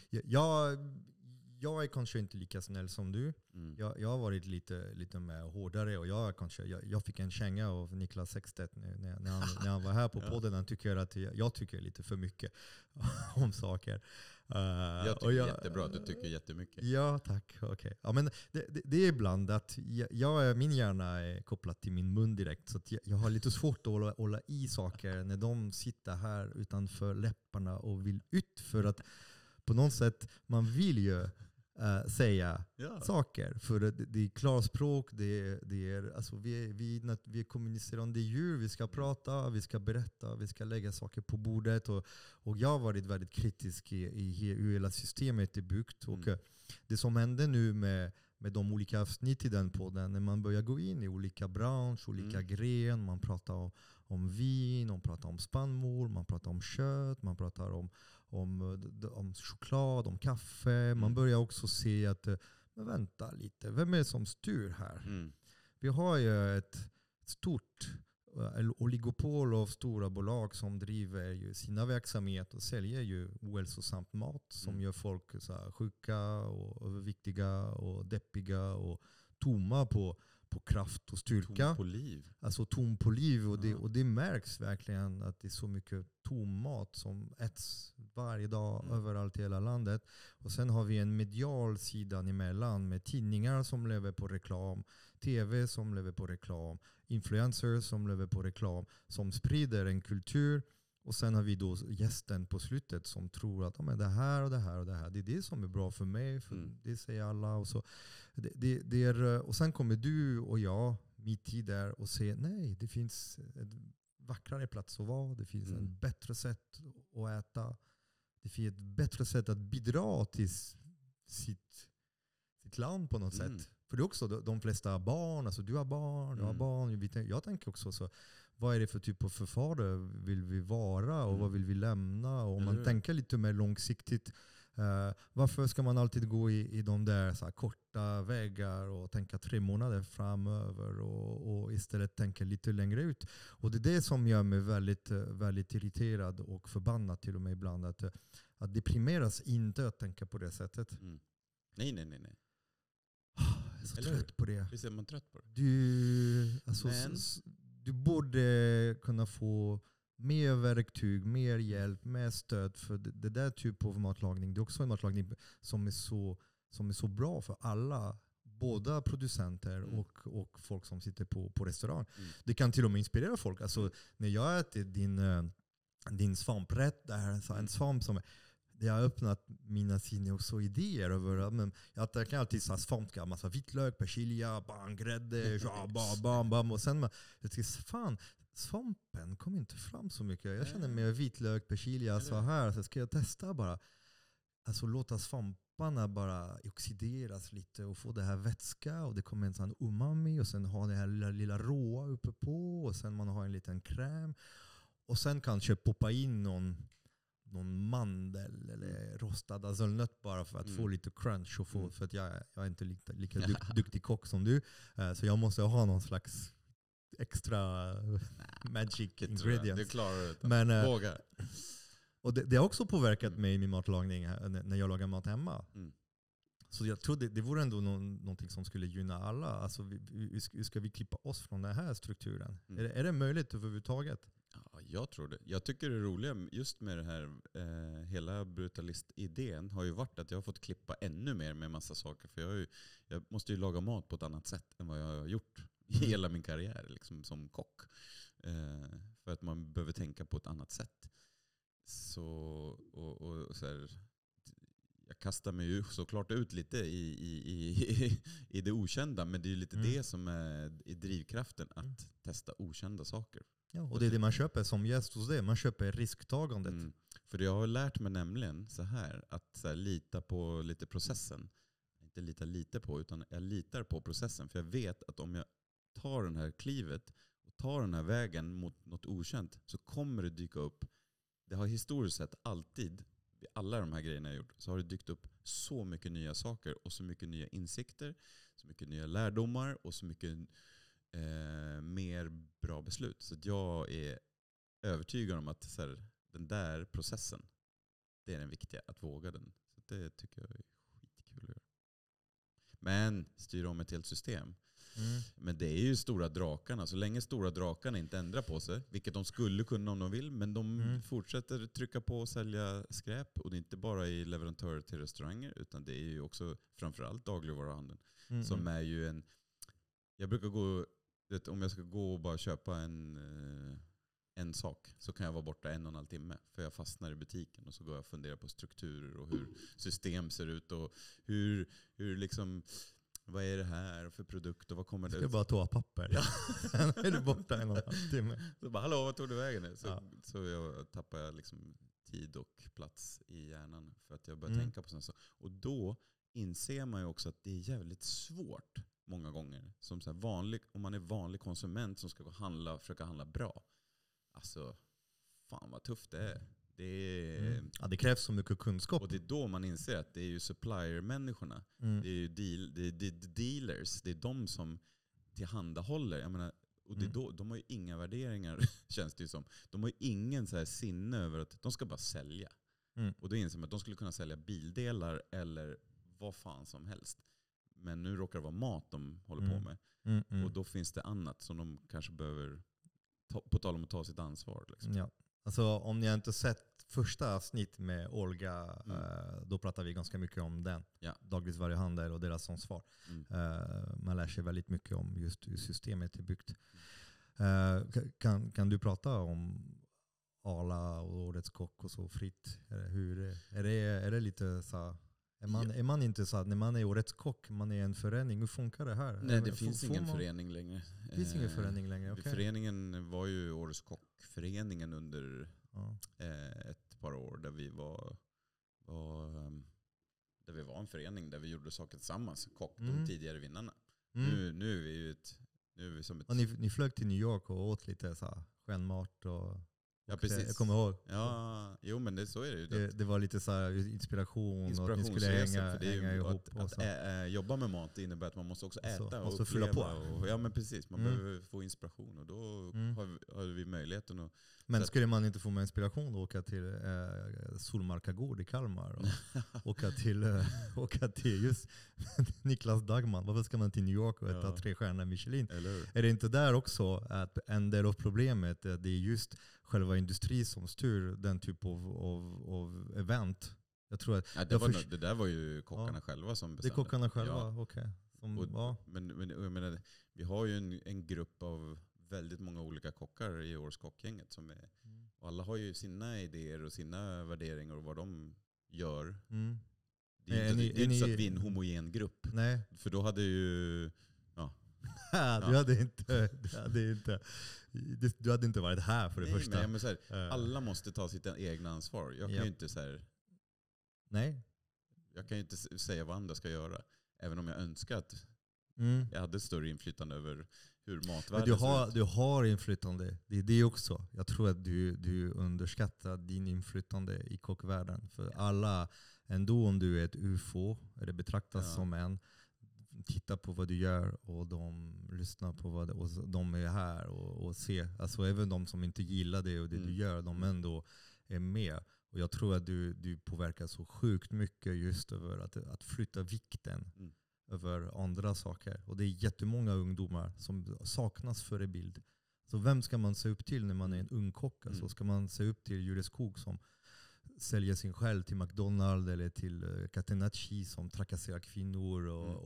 jag är kanske inte lika snäll som du. Jag har varit lite mer hårdare och jag fick en känga av Niklas Sexstedt när han var här på podden. Han tycker att jag tycker lite för mycket om saker. Jag tycker jättebra att du tycker jättemycket. Ja, tack. Okay. Ja, men det är ibland att min hjärna är kopplad till min mun direkt. Så att jag har lite svårt att hålla i saker när de sitter här utanför läpparna och vill ut. För att på något sätt man vill ju säga saker. För det är klarspråk, alltså vi är kommunicerande djur, vi ska prata, vi ska berätta, vi ska lägga saker på bordet. Och jag har varit väldigt kritisk i hur hela systemet är byggt. Och det som händer nu med de olika avsnitt i den podden, när man börjar gå in i olika branscher, olika gren, man pratar om vin, man pratar om spannmål, man pratar om kött, man pratar om choklad, om kaffe. Man börjar också se att, men vänta lite, vem är det som styr här? Vi har ju ett stort oligopol av stora bolag som driver ju sina verksamheter och säljer ju ohälsosamt mat som gör folk så här sjuka och överviktiga och deppiga och tomma på kraft och styrka. Tom på liv. Alltså tom på liv. Och det märks verkligen att det är så mycket tom mat som äts varje dag överallt i hela landet. Och sen har vi en medial sidan emellan med tidningar som lever på reklam, tv som lever på reklam, influencers som lever på reklam, som sprider en kultur. Och sen har vi då gästen på slutet som tror att men det här och det här och det här, det är det som är bra för mig, för det säger alla. Och, så. Det är, och sen kommer du och jag mitt i där och säger nej, det finns en vackrare plats att vara, det finns en bättre sätt att äta, det finns ett bättre sätt att bidra till sitt land på något sätt. För det är också de flesta barn, alltså du har barn, jag tänker också så, vad är det för typ av förfare vill vi vara och vad vill vi lämna? Och om man tänker lite mer långsiktigt, varför ska man alltid gå i de där så här korta vägar och tänka 3 månader framöver och istället tänka lite längre ut? Och det är det som gör mig väldigt, väldigt irriterad och förbannad till och med ibland, att deprimeras inte att tänka på det sättet. Nej. Jag är så trött på det. Visst är man trött på det? Du borde kunna få mer verktyg, mer hjälp, mer stöd för det där typ av matlagning. Det är också en matlagning som är så bra för alla, både producenter och folk som sitter på restaurang. Det kan till och med inspirera folk. Alltså, när jag äter din svamprätt, där en svamp som det har öppnat mina sinnen också idéer över, men jag kan alltid så svampka, massa vitlök, persilja, grädde, och sen fan, svampen kom inte fram så mycket. Jag känner med vitlök, persilja så här, så ska jag testa bara. Alltså låta svamparna bara oxideras lite och få det här vätska, och det kommer en sån umami, och sen ha det här lilla råa uppe på, och sen man har en liten kräm, och sen kanske poppa in någon mandel eller rostad hazelnöt bara för att få lite crunch och få, för att jag är inte lika duktig kock som du, så jag måste ha någon slags extra magic ingredients. Du klarar det. Men våga. Och det har också påverkat mig i min matlagning när jag lagar mat hemma. Så jag tror det vore ändå någonting som skulle gynna alla. Alltså hur ska vi klippa oss från den här strukturen? Är det möjligt överhuvudtaget? Ja, jag tror det. Jag tycker det roliga just med det här hela brutalist-idén har ju varit att jag har fått klippa ännu mer med massa saker. För jag måste ju laga mat på ett annat sätt än vad jag har gjort i hela min karriär liksom, som kock. För att man behöver tänka på ett annat sätt. Så här, jag kastar mig ju såklart ut lite i det okända, men det är ju lite det som är i drivkraften, att testa okända saker. Ja, och det är det man köper som gäst hos det. Man köper risktagandet. För jag har lärt mig nämligen så här, att så här, lita på lite processen. Inte lite på, utan jag litar på processen. För jag vet att om jag tar den här klivet och tar den här vägen mot något okänt, så kommer det dyka upp. Det har historiskt sett alltid, vid alla de här grejerna jag gjort, så har det dykt upp så mycket nya saker och så mycket nya insikter, så mycket nya lärdomar och så mycket mer bra beslut. Så att jag är övertygad om att så här, den där processen, det är den viktiga, att våga den. Så det tycker jag är skitkul att göra. Men styra om ett helt system. Men det är ju stora drakarna. Så länge stora drakarna inte ändrar på sig, vilket de skulle kunna om de vill, men de fortsätter trycka på och sälja skräp. Och det är inte bara i leverantörer till restauranger, utan det är ju också framförallt dagligvaruhandeln. Som är ju en... Jag brukar gå... Om jag ska gå och bara köpa en sak, så kan jag vara borta 1,5 timme. För jag fastnar i butiken och så går jag och funderar på strukturer och hur system ser ut och hur liksom... Vad är det här för produkt och vad kommer det ut? Jag ska bara ta papper. Ja. Sen är du borta 1,5 timme. Så bara, hallå, vad tog du vägen nu? Så jag tappar liksom tid och plats i hjärnan för att jag börjar tänka på sånt. Och då inser man ju också att det är jävligt svårt många gånger. Som så här om man är vanlig konsument som ska försöka handla bra. Alltså, fan vad tufft det är. Det krävs så mycket kunskap. Och det är då man inser att det är ju supplier-människorna. Det är ju dealers. Det är de som tillhandahåller. Jag menar, och det är då, de har ju inga värderingar, känns det ju som. De har ju ingen så här sinne över att de ska bara sälja. Och då inser man att de skulle kunna sälja bildelar eller vad fan som helst. Men nu råkar det vara mat de håller på med. Och då finns det annat som de kanske behöver på tal om att ta sitt ansvar. Liksom. Ja. Alltså, om ni har inte sett första avsnitt med Olga, då pratar vi ganska mycket om den. Ja. Dagligvaruhandel och deras ansvar. Man lär sig väldigt mycket om just hur systemet är byggt. Kan du prata om Arla och Årets kock och så fritt? Är det lite så? Är man inte så att när man är Årets kock, man är en förening, hur funkar det här? Nej, det finns ingen förening längre. Det finns ingen förening längre, okej. Föreningen var ju Årets kockföreningen under ett par år där vi var en förening där vi gjorde saker tillsammans. De tidigare vinnarna. Nu är vi som ett... Och ni flög till New York och åt lite så här skenmat och... Ja, precis. Jag kommer ihåg. Ja, jo men så är det ju. Det var lite så här inspiration och att ni skulle hänga ihop. Att jobba med mat innebär att man måste också äta och fylla på. Ja men precis, man behöver få inspiration och då har vi möjligheten att... Men skulle man inte få med inspiration och åka till Solmarka gård i Kalmar och åka till just Niklas Dagman? Varför ska man till New York och äta 3 stjärnor Michelin? Är det inte där också att en del av problemet är det är just själva industri som styr den typ av event? Jag tror att det där var ju kockarna själva som bestämde. Det är kockarna själva, okej. Men jag menar, vi har ju en grupp av väldigt många olika kockar i Årets kockgänget som är, och alla har ju sina idéer och sina värderingar och vad de gör. Det är inte så att vi är en homogen grupp. Nej. För då hade ju... Du hade inte varit här för det första. Men så här, alla måste ta sitt egna ansvar. Jag kan ju inte så här, jag kan ju inte säga vad andra ska göra. Även om jag önskar att jag hade större inflytande över hur matvärlden ser ut. Du har inflytande. Det är det också. Jag tror att du underskattar din inflytande i kockvärlden. För alla, ändå om du är ett UFO, eller betraktas som en, titta på vad du gör och de lyssnar på vad och de är här och ser. Alltså även de som inte gillar det och det du gör, de ändå är med. Och jag tror att du påverkar så sjukt mycket just över att flytta vikten över andra saker. Och det är jättemånga ungdomar som saknas förebild. Så vem ska man se upp till när man är en ung kock? Alltså ska man se upp till Jules Skog som säljer sin själ till McDonald's eller till Catenacci som trakasserar kvinnor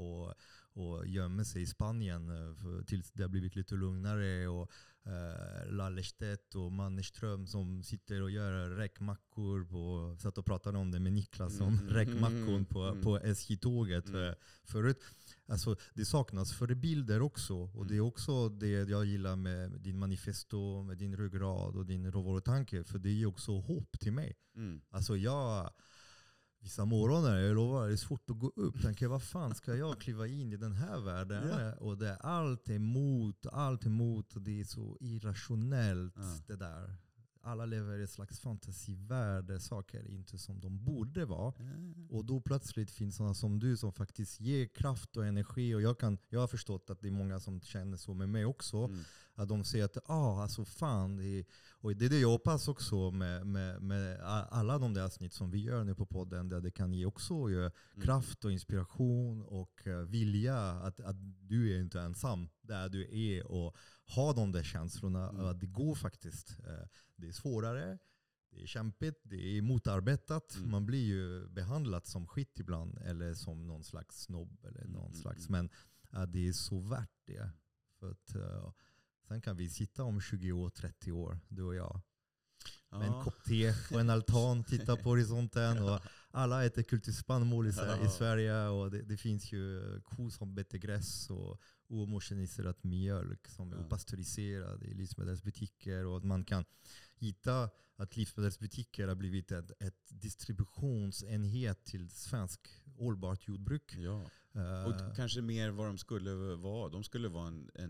och gömmer sig i Spanien tills det har blivit lite lugnare, och Lallerstedt och Mannerström som sitter och gör räkmackor satt och pratade om det med Niklas om räkmackon på SJ-tåget förut. Alltså, det saknas förebilder också, och det är också det jag gillar med din manifesto, med din ryggrad och din råvarutanke, för det är också hopp till mig. Alltså vissa morgoner, jag lovar, det är svårt att gå upp. Tänker, vad fan ska jag kliva in i den här världen? Och det är allt emot, och det är så irrationellt det där. Alla lever i ett slags fantasivärld där saker är inte som de borde vara. Och då plötsligt finns sådana som du som faktiskt ger kraft och energi. Och jag har förstått att det är många som känner så med mig också. Att de säger att alltså fan, och det är det jag hoppas också med alla de där avsnitt som vi gör nu på podden, där det kan ge också kraft och inspiration och vilja att du är inte ensam där du är, och ha de där känslorna att det går faktiskt. Det är svårare, det är kämpigt, det är motarbetat. Man blir ju behandlad som skit ibland, eller som någon slags snobb eller någon slags, men det är så värt det. För att sen kan vi sitta om 20 år, 30 år, du och jag, med en kopp te och en altan, titta på horisonten, och alla äter kulturspannmål i Sverige, och det finns ju kor som beter gräs och ohomogeneiserad mjölk som är pastöriserad i livsmedelsbutiker, och att man kan hitta att livsmedelsbutiker har blivit ett distributionsenhet till svensk hållbart jordbruk. Och kanske mer vad de skulle vara. De skulle vara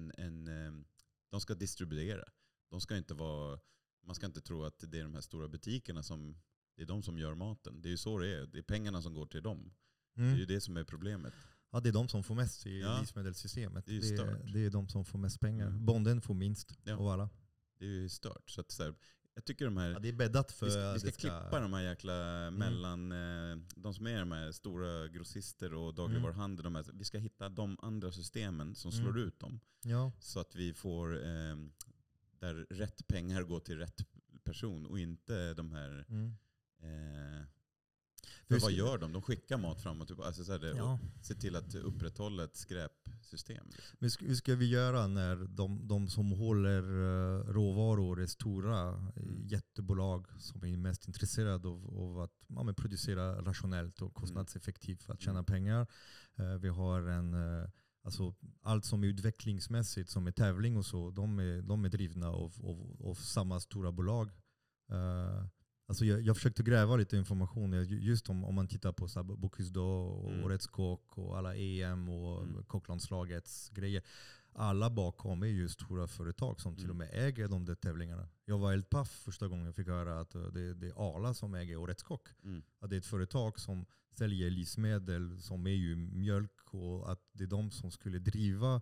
de ska distribuera. De ska inte vara, man ska inte tro att det är de här stora butikerna som det är de som gör maten. Det är ju så det är. Det är pengarna som går till dem. Det är ju det som är problemet. Ja, det är de som får mest i livsmedelssystemet. Det är de som får mest pengar. Bonden får minst av alla. Det är ju stört. Så att, jag tycker de här, det är bäddat för vi ska klippa de här jäkla mellan de som är de här stora grossister och dagligvaruhandel. Vi ska hitta de andra systemen som slår ut dem. Så att vi får där rätt pengar går till rätt person, och inte de här För vad gör de? De skickar mat fram och alltså så här det, och ser till att upprätthålla ett skräpsystem. Liksom. Men hur ska vi göra när de som håller råvaror är stora jättebolag som är mest intresserade av att producera rationellt och kostnadseffektivt för att tjäna pengar. Vi har alltså allt som är utvecklingsmässigt, som är tävling och så, de är drivna av samma stora bolag. Alltså jag försökte gräva lite information just om man tittar på Bocuse d'Or och Årets kock och alla EM och kocklandslagets grejer. Alla bakom är ju stora företag som till och med äger de där tävlingarna. Jag var helt paff första gången jag fick höra att det är Arla som äger Årets kock. Att det är ett företag som säljer livsmedel som är ju mjölk, och att det är de som skulle driva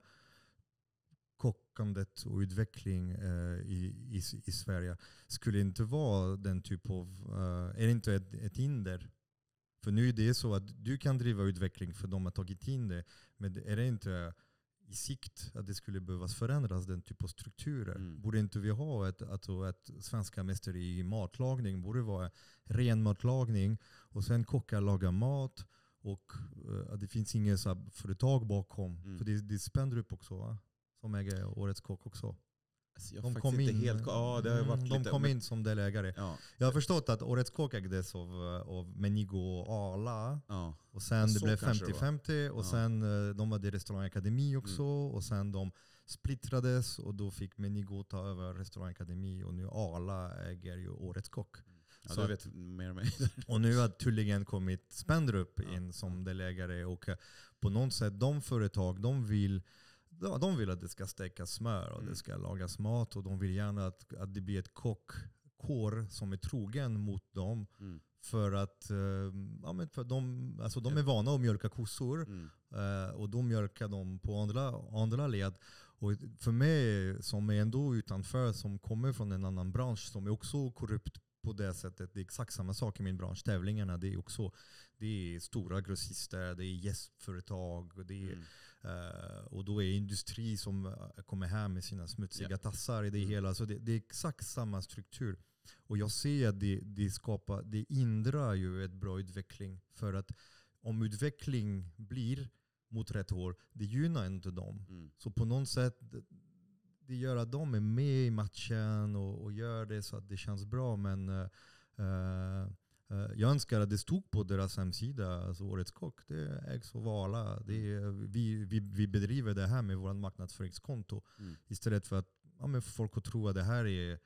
kockandet och utveckling i Sverige. Skulle inte vara den typ av... är det inte ett hinder? För nu är det så att du kan driva utveckling för de har tagit in det. Men är det inte i sikt att det skulle behövas förändras, den typ av strukturer? Borde inte vi ha ett svenska mästare i matlagning? Borde det vara ren matlagning och sen kockar lagar mat och det finns inget så företag bakom. För det spänner upp också, va? Som äger Årets kock också. Alltså de kom in, det har varit de kom in som delägare. Ja. Jag har förstått att Årets kock ägdes av Menigo och Arla. Ja. Och sen det blev 50-50. Och sen de hade restaurangakademi också. Och sen de splittrades. Och då fick Menigo ta över restaurangakademi. Och nu Arla äger ju Årets kock. Ja, du vet mer om mig. Och nu har tydligen kommit Spendrup in som delägare. Och på något sätt, de företag, de vill att det ska steka smör och det ska lagas mat, och de vill gärna att det blir ett kockkår som är trogen mot dem. För att för de är vana att mjölka kossor och då mjölkar de på andra led. Och för mig som är ändå utanför, som kommer från en annan bransch som är också korrupt på det sättet, det är exakt samma sak i min bransch. Tävlingarna, det är stora grossister, det är gästföretag, och då är industri som kommer här med sina smutsiga tassar i det hela. Så det är exakt samma struktur. Och jag ser att det hindrar ju ett bra utveckling. För att om utveckling blir mot rätt håll, det gynnar inte dem. Så på något sätt, det gör att de är med i matchen och gör det så att det känns bra. Men jag önskar att det stod på deras hemsida, alltså Årets kock, det ägs av Arla. Vi bedriver det här med vårt marknadsföringskonto. Istället för att folk att tro att det här är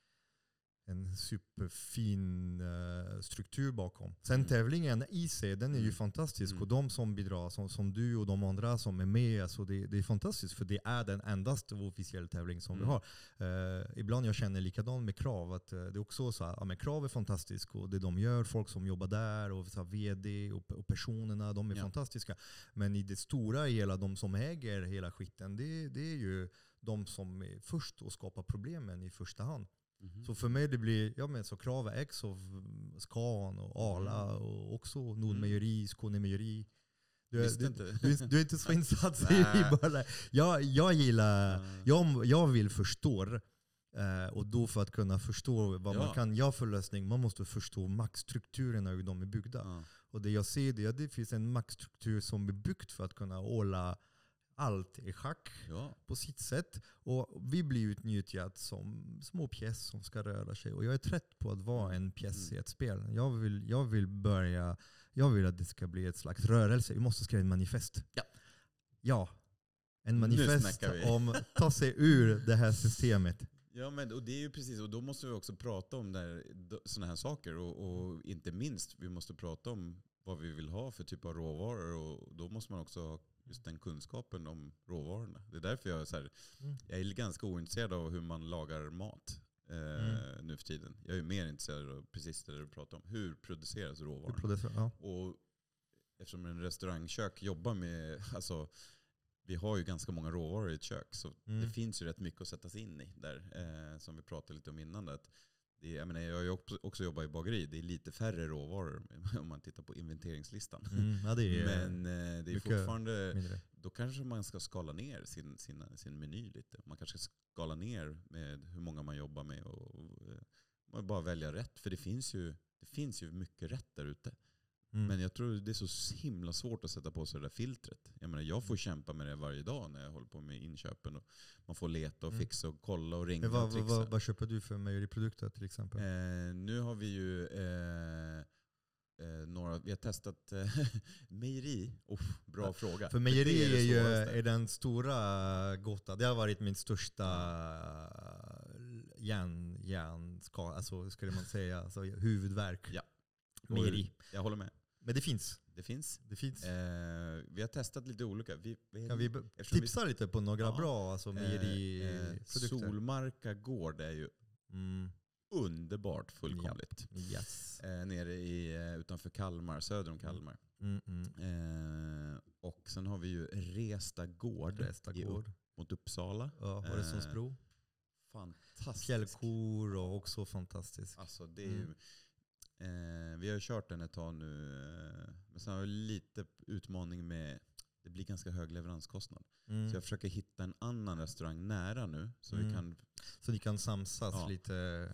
en superfin struktur bakom. Sen tävlingen i sig, den är ju fantastisk. Och de som bidrar, som du och de andra som är med, alltså det är fantastiskt. För det är den endaste officiella tävling som vi har. Ibland jag känner likadant med Krav. Att det är också så här, men Krav är fantastisk. Och det de gör, folk som jobbar där, och så här, vd och personerna, de är fantastiska. Men i det stora hela, de som äger hela skiten, det är ju de som är först och skapar problemen i första hand. Så för mig det blir, så Krav ägs av Scan och Arla och också Nordmejeri, Skånemejeri. Du är inte så insatt i bara. Jag gillar, jag vill förstå. Och då för att kunna förstå vad man kan göra för lösning, man måste förstå maktstrukturerna, hur de är byggda. Och det jag ser är att det finns en maktstruktur som är byggd för att kunna hålla allt i schack på sitt sätt. Och vi blir utnyttjat som små pjäs som ska röra sig. Och jag är trött på att vara en pjäs i ett spel. Jag vill att det ska bli ett slags rörelse. Vi måste skriva en manifest. Ja. En manifest om att ta sig ur det här systemet. Ja, men och det är ju precis, och då måste vi också prata om sådana här saker. Och inte minst, vi måste prata om vad vi vill ha för typ av råvaror, och då måste man också ha just den kunskapen om råvarorna. Det är därför jag är ganska ointresserad av hur man lagar mat nu för tiden. Jag är mer intresserad av precis det du pratar om. Hur produceras råvarorna? Och eftersom en restaurangkök jobbar med, alltså vi har ju ganska många råvaror i ett kök, så det finns ju rätt mycket att sätta sig in i där, som vi pratade lite om innan. Att jag har ju också jobbat i bageri. Det är lite färre råvaror om man tittar på inventeringslistan. Men det är fortfarande mindre. Då kanske man ska skala ner sin meny lite. Man kanske ska skala ner med hur många man jobbar med och bara välja rätt. För det finns det finns ju mycket rätt där ute. Mm. Men jag tror det är så himla svårt att sätta på sig det där filtret. Jag menar, jag får kämpa med det varje dag när jag håller på med inköpen. Och man får leta och fixa och kolla och ringa och trixa. Vad köper du för mejeriprodukter till exempel? Nu har vi ju vi har testat mejeri. Bra fråga. För mejeri är den stora gåtan. Det har varit min största alltså skulle man säga, alltså huvudvärk. Ja. Mejeri. Jag håller med. Men det finns. Det finns. Vi har testat lite olika. Kan vi tipsa lite på några bra alltså mejeriprodukter? Solmarka gård är ju underbart fullkomligt. Yep. Yes. Nere utanför Kalmar, söder om Kalmar. Och sen har vi ju Resta gård. Mot Uppsala. Ja, Öresundsbro. Fantastiskt. Fjällkor och också fantastiskt. Alltså det är ju, vi har kört den ett tag nu. Men sen har vi lite utmaning med, det blir ganska hög leveranskostnad. Så jag försöker hitta en annan restaurang nära nu. Så ni kan samsas lite.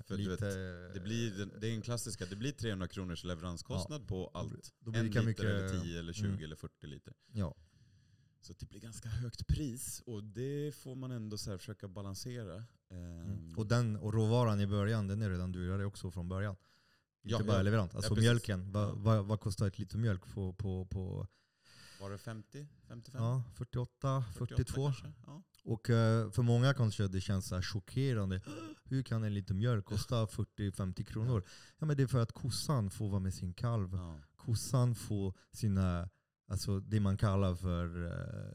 Det är en klassiska, det blir 300 kronors leveranskostnad på allt. Då blir en lite liter eller 10 eller 20 eller 40 liter. Ja. Så det blir ganska högt pris. Och det får man ändå så här försöka balansera. Och råvaran i början, den är redan dyrare också från början. Inte bara leverant. Alltså mjölken. Vad kostar ett liter mjölk på var det 50? 55? Ja, 48, 42. Kanske, ja. Och för många kanske det känns så här chockerande. Hur kan en liter mjölk kosta 40-50 kronor? Ja, men det är för att kossan får vara med sin kalv. Ja. Kossan får sina, alltså det man kallar för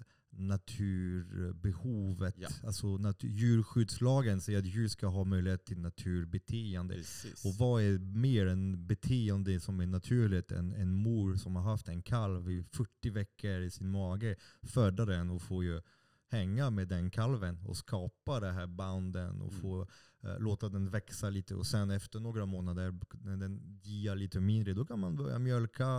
naturbehovet. Ja. Alltså djurskyddslagen säger att djur ska ha möjlighet till naturbeteende. Precis. Och vad är mer än beteende som är naturligt än en mor som har haft en kalv i 40 veckor i sin mage, föda den och få ju hänga med den kalven och skapa det här banden och få låta den växa lite, och sen efter några månader när den ger lite mindre, då kan man börja mjölka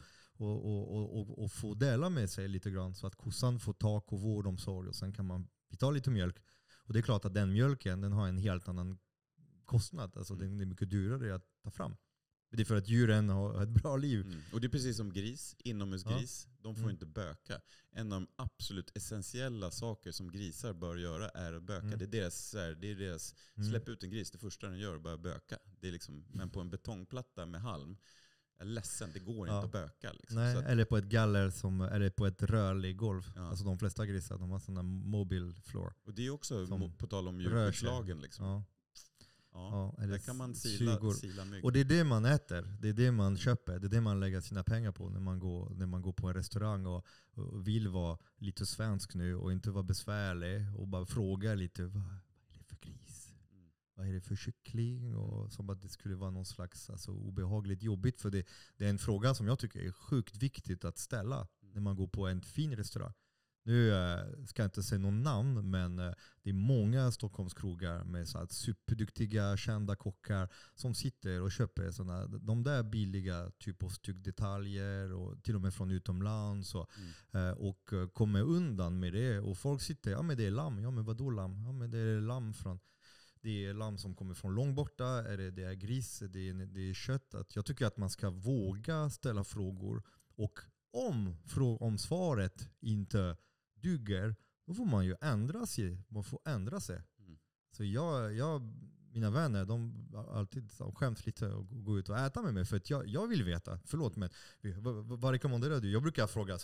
och få dela med sig lite grann så att kossan får tak och vård, omsorg, och sen kan man ta lite mjölk. Och det är klart att den mjölken, den har en helt annan kostnad. Alltså den är mycket dyrare att ta fram. Det är för att djuren har ett bra liv. Och det är precis som gris, inomhusgris. Ja. De får inte böka. En av de absolut essentiella saker som grisar bör göra är att böka. Det är deras släpp ut en gris, det första den gör är bara böka. Det är liksom, men på en betongplatta med halm, jag är ledsen, det går inte att böka. Liksom. Nej, så att, eller på ett galler eller på ett rörlig golv. Ja. Alltså de flesta grisar, de har sådana mobile floor. Och det är också på tal om djurskyddslagen. Liksom. Ja. Ja, där kan man sila mygg. Och det är det man äter, det är det man köper, det är det man lägger sina pengar på när man går på en restaurang och vill vara lite svensk nu och inte vara besvärlig och bara fråga lite, vad är det för gris? Vad är det för kyckling? Och som att det skulle vara någon slags obehagligt jobbigt, för det är en fråga som jag tycker är sjukt viktigt att ställa när man går på en fin restaurang. Nu ska jag inte säga någon namn, men det är många Stockholmskrogar med så här superduktiga, kända kockar som sitter och köper de där billiga typ av styckdetaljer och till och med från utomlands och kommer undan med det. Och folk sitter, ja men det är lamm, ja men vadå lamm? Ja men det är lamm det är lamm som kommer från långt borta, det är gris, det är kött. Jag tycker att man ska våga ställa frågor, och om svaret inte duger, då får man ju ändra sig. Man får ändra sig. Så mina vänner, de alltid skäms lite och går ut och äta med mig, för att jag vill veta. Förlåt, men vad rekommenderar du? Jag brukar fråga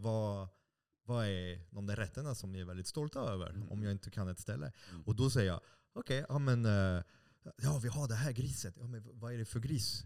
vad är de där rätterna som ni är väldigt stolta över om jag inte kan ett ställe? Och då säger jag, okej, vi har det här griset. Ja, men vad är det för gris?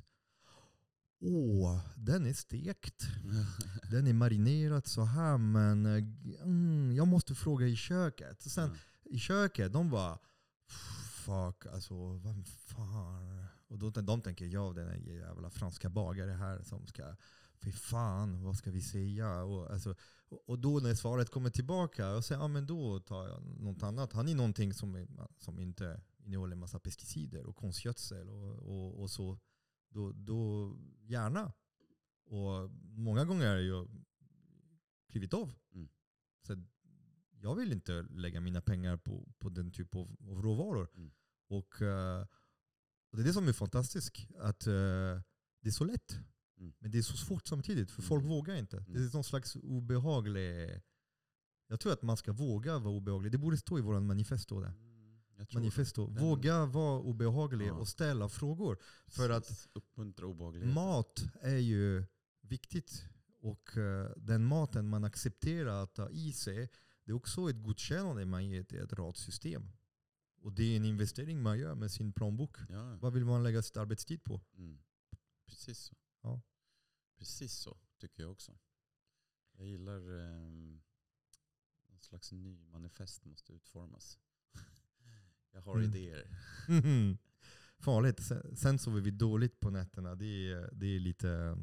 Den är stekt. Den är marinerad så här, men jag måste fråga i köket. Och sen i köket, de bara fuck, alltså vad fan. Och då de tänker, den är jävla franska bagare här som ska, fy fan, vad ska vi säga? Och då när svaret kommer tillbaka, och säger, men då tar jag något annat. Har ni någonting som inte innehåller en massa pesticider och konstgödsel och så? Då gärna. Och många gånger har jag klivit av. Så jag vill inte lägga mina pengar på den typ av råvaror. Och det är det som är fantastiskt. Att det är så lätt. Men det är så svårt samtidigt, för folk vågar inte. Det är någon slags obehaglig... Jag tror att man ska våga vara obehaglig. Det borde stå i våran manifesto där. Manifesto. Våga vara obehaglig och ställa frågor. För att uppmuntra obehaglighet. Mat är ju viktigt. Och den maten man accepterar att ta i sig, det är också ett godkännande man ger till ett radsystem. Och det är en investering man gör med sin plånbok. Ja. Vad vill man lägga sitt arbetstid på? Precis så. Ja. Precis så tycker jag också. Jag gillar någon slags ny manifest måste utformas. Jag har idéer. Farligt. Sen sover vi dåligt på nätterna. Det är lite...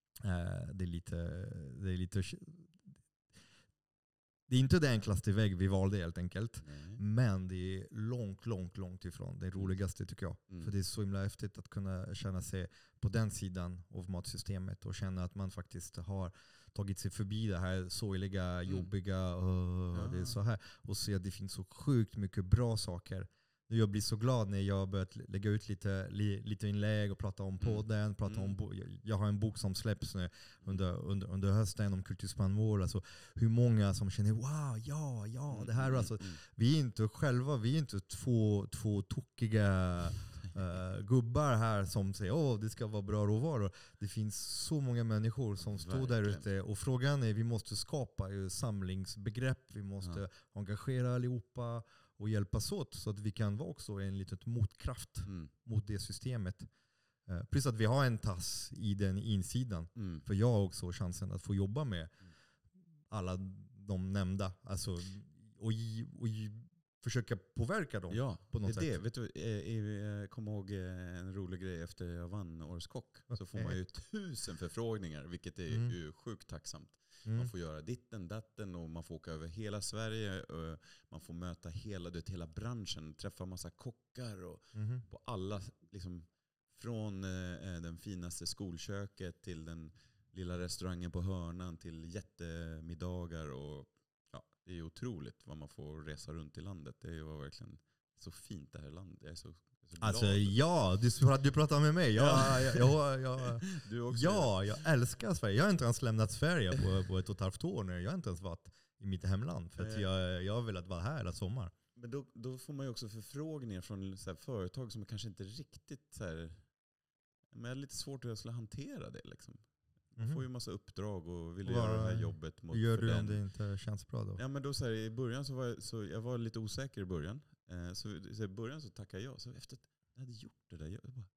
Det är inte det enklaste väg vi valde helt enkelt. Nej. Men det är långt ifrån det roligaste tycker jag. För det är så himla häftigt att kunna känna sig på den sidan av matsystemet och känna att man faktiskt har tagit sig förbi det här sorgliga, jobbiga, det är så här. Och se att det finns så sjukt mycket bra saker. Jag blir så glad när jag börjat lägga ut lite inlägg och prata om podden. Jag har en bok som släpps nu under hösten om kulturspannmål. Alltså hur många som känner wow, det här alltså, vi är inte själva, vi är inte två tokiga gubbar här som säger det ska vara bra råvaror. Det finns så många människor som står där ute och frågan är, vi måste skapa samlingsbegrepp, vi måste engagera allihopa och hjälpas åt så att vi kan vara också en liten motkraft mot det systemet. Plus att vi har en tass i den insidan. För jag har också chansen att få jobba med alla de nämnda. Alltså, och försöka påverka dem på något sätt. Vet du, jag kommer ihåg en rolig grej efter jag vann Årets kock. Så får man ju 1000 förfrågningar, vilket är ju sjukt tacksamt. Man får göra ditten, datten och man får åka över hela Sverige. Och man får möta hela branschen, träffa massa kockar och på alla, liksom, från den finaste skolköket till den lilla restaurangen på hörnan till jättemiddagar. Och det är otroligt vad man får resa runt i landet. Det var verkligen så fint det här landet. Jag är så alltså du pratar med mig. Du också, jag älskar Sverige. Jag har inte ens lämnat Sverige på 1,5 år nu. Jag har inte ens varit i mitt hemland. För att jag har velat vara här hela sommar. Men då får man ju också förfrågningar från så här, företag som kanske inte riktigt så här, men är lite svårt hur jag skulle hantera det liksom. Man får ju massa uppdrag och vill göra det här jobbet. Hur gör du om det inte känns bra då? Ja, men då så här, i början jag var lite osäker i början. Så i början så tackade jag. Så efter att jag hade gjort det där, jag bara...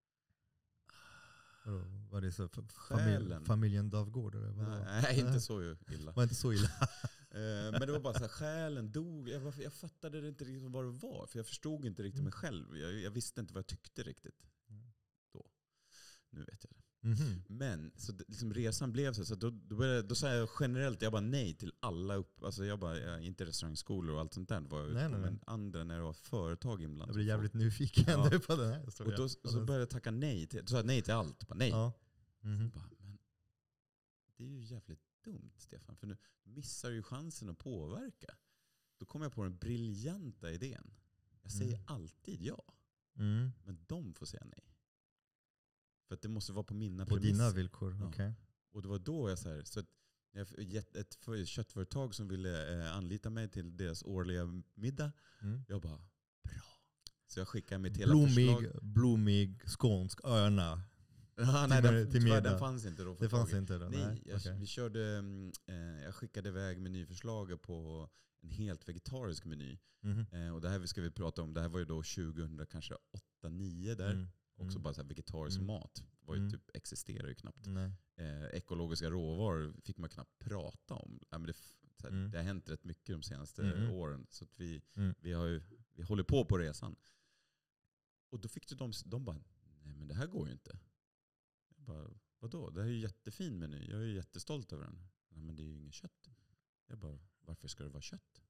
Var det så familjen Davgård? Eller vad nej, inte så illa. Var inte så illa. Men det var bara så här, själen dog. Jag fattade inte riktigt vad det var. För jag förstod inte riktigt mig själv. Jag visste inte vad jag tyckte riktigt. Då. Nu vet jag det. Men så liksom resan blev så då sa jag generellt, jag bara nej till alla alltså jag bara inte restaurangskolor och allt sånt där var nej. Men andra när det var företag inblandat. Jag blir jävligt nyfiken på den här historien. Och så började jag tacka nej till, då sa jag nej till allt, bara nej. Bara, men det är ju jävligt dumt, Stefan, för nu missar du ju chansen att påverka. Då kom jag på den briljanta idén. Jag säger alltid ja. Men de får säga nej. För att det måste vara på mina premisser. På dina villkor, okej. Okay. Och det var då jag så att jag gett ett köttföretag som ville anlita mig till deras årliga middag. Jag bara, bra. Så jag skickade mitt hela förslag. Blommig skånsk örna. Nej, den fanns inte då. Det fanns inte då? Nej, vi körde, jag skickade iväg menyförslaget på en helt vegetarisk meny. Och det här ska vi prata om, det här var ju då 2000, kanske 8-9 där. Också bara så här vegetarisk mat var ju typ, existerar ju knappt. Ekologiska råvaror fick man knappt prata om. Men det har hänt rätt mycket de senaste åren. Så att vi håller på resan. Och då fick de bara, nej men det här går ju inte. Jag bara, vadå? Det här är ju jättefin meny. Jag är ju jättestolt över den. Nej, men det är ju inget kött. Jag bara, varför ska det vara kött?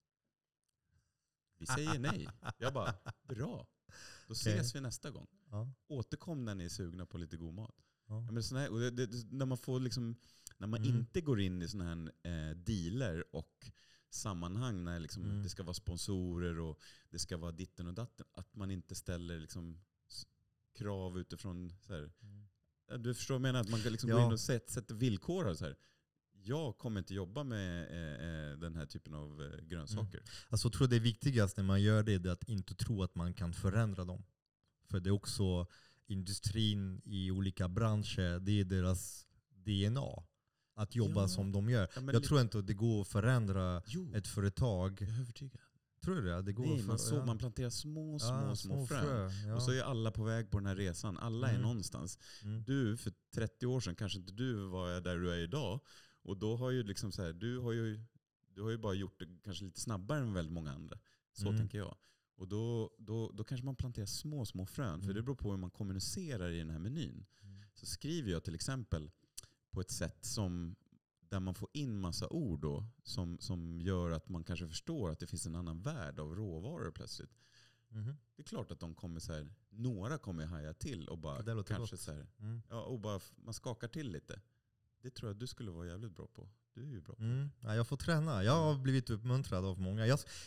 Vi säger nej. Jag bara, bra. Då ses vi nästa gång. Återkom när ni är sugna på lite god mat. Ja, men sån här, och när man får liksom, när man inte går in i såna här dealer och sammanhang när liksom det ska vara sponsorer och det ska vara ditten och datten, att man inte ställer liksom krav utifrån så här, Du förstår vad jag menar? Att man kan liksom gå in och sätta villkor så här. Jag kommer inte jobba med den här typen av grönsaker. Alltså, jag tror det viktigaste när man gör det är att inte tro att man kan förändra dem. För det är också industrin i olika branscher, det är deras DNA. Att jobba som de gör. Ja, jag tror inte att det går att förändra ett företag. Jag är övertygad. Tror du det? Det går Nej, man planterar små frön. Ja. Och så är alla på väg på den här resan. Alla är någonstans. Du, för 30 år sedan kanske inte du var där du är idag. Och då har ju liksom så här, du har ju bara gjort det kanske lite snabbare än väldigt många andra. Så tänker jag. Och då kanske man planterar små frön. För det beror på hur man kommunicerar i den här menyn. Så skriver jag till exempel på ett sätt där man får in massa ord då, som gör att man kanske förstår att det finns en annan värld av råvaror plötsligt. Det är klart att de kommer så här, några kommer haja till och bara kanske så här, och bara man skakar till lite. Det tror jag du skulle vara jävligt bra på. Du är ju bra på det. Ja, jag får träna. Jag har blivit uppmuntrad av många.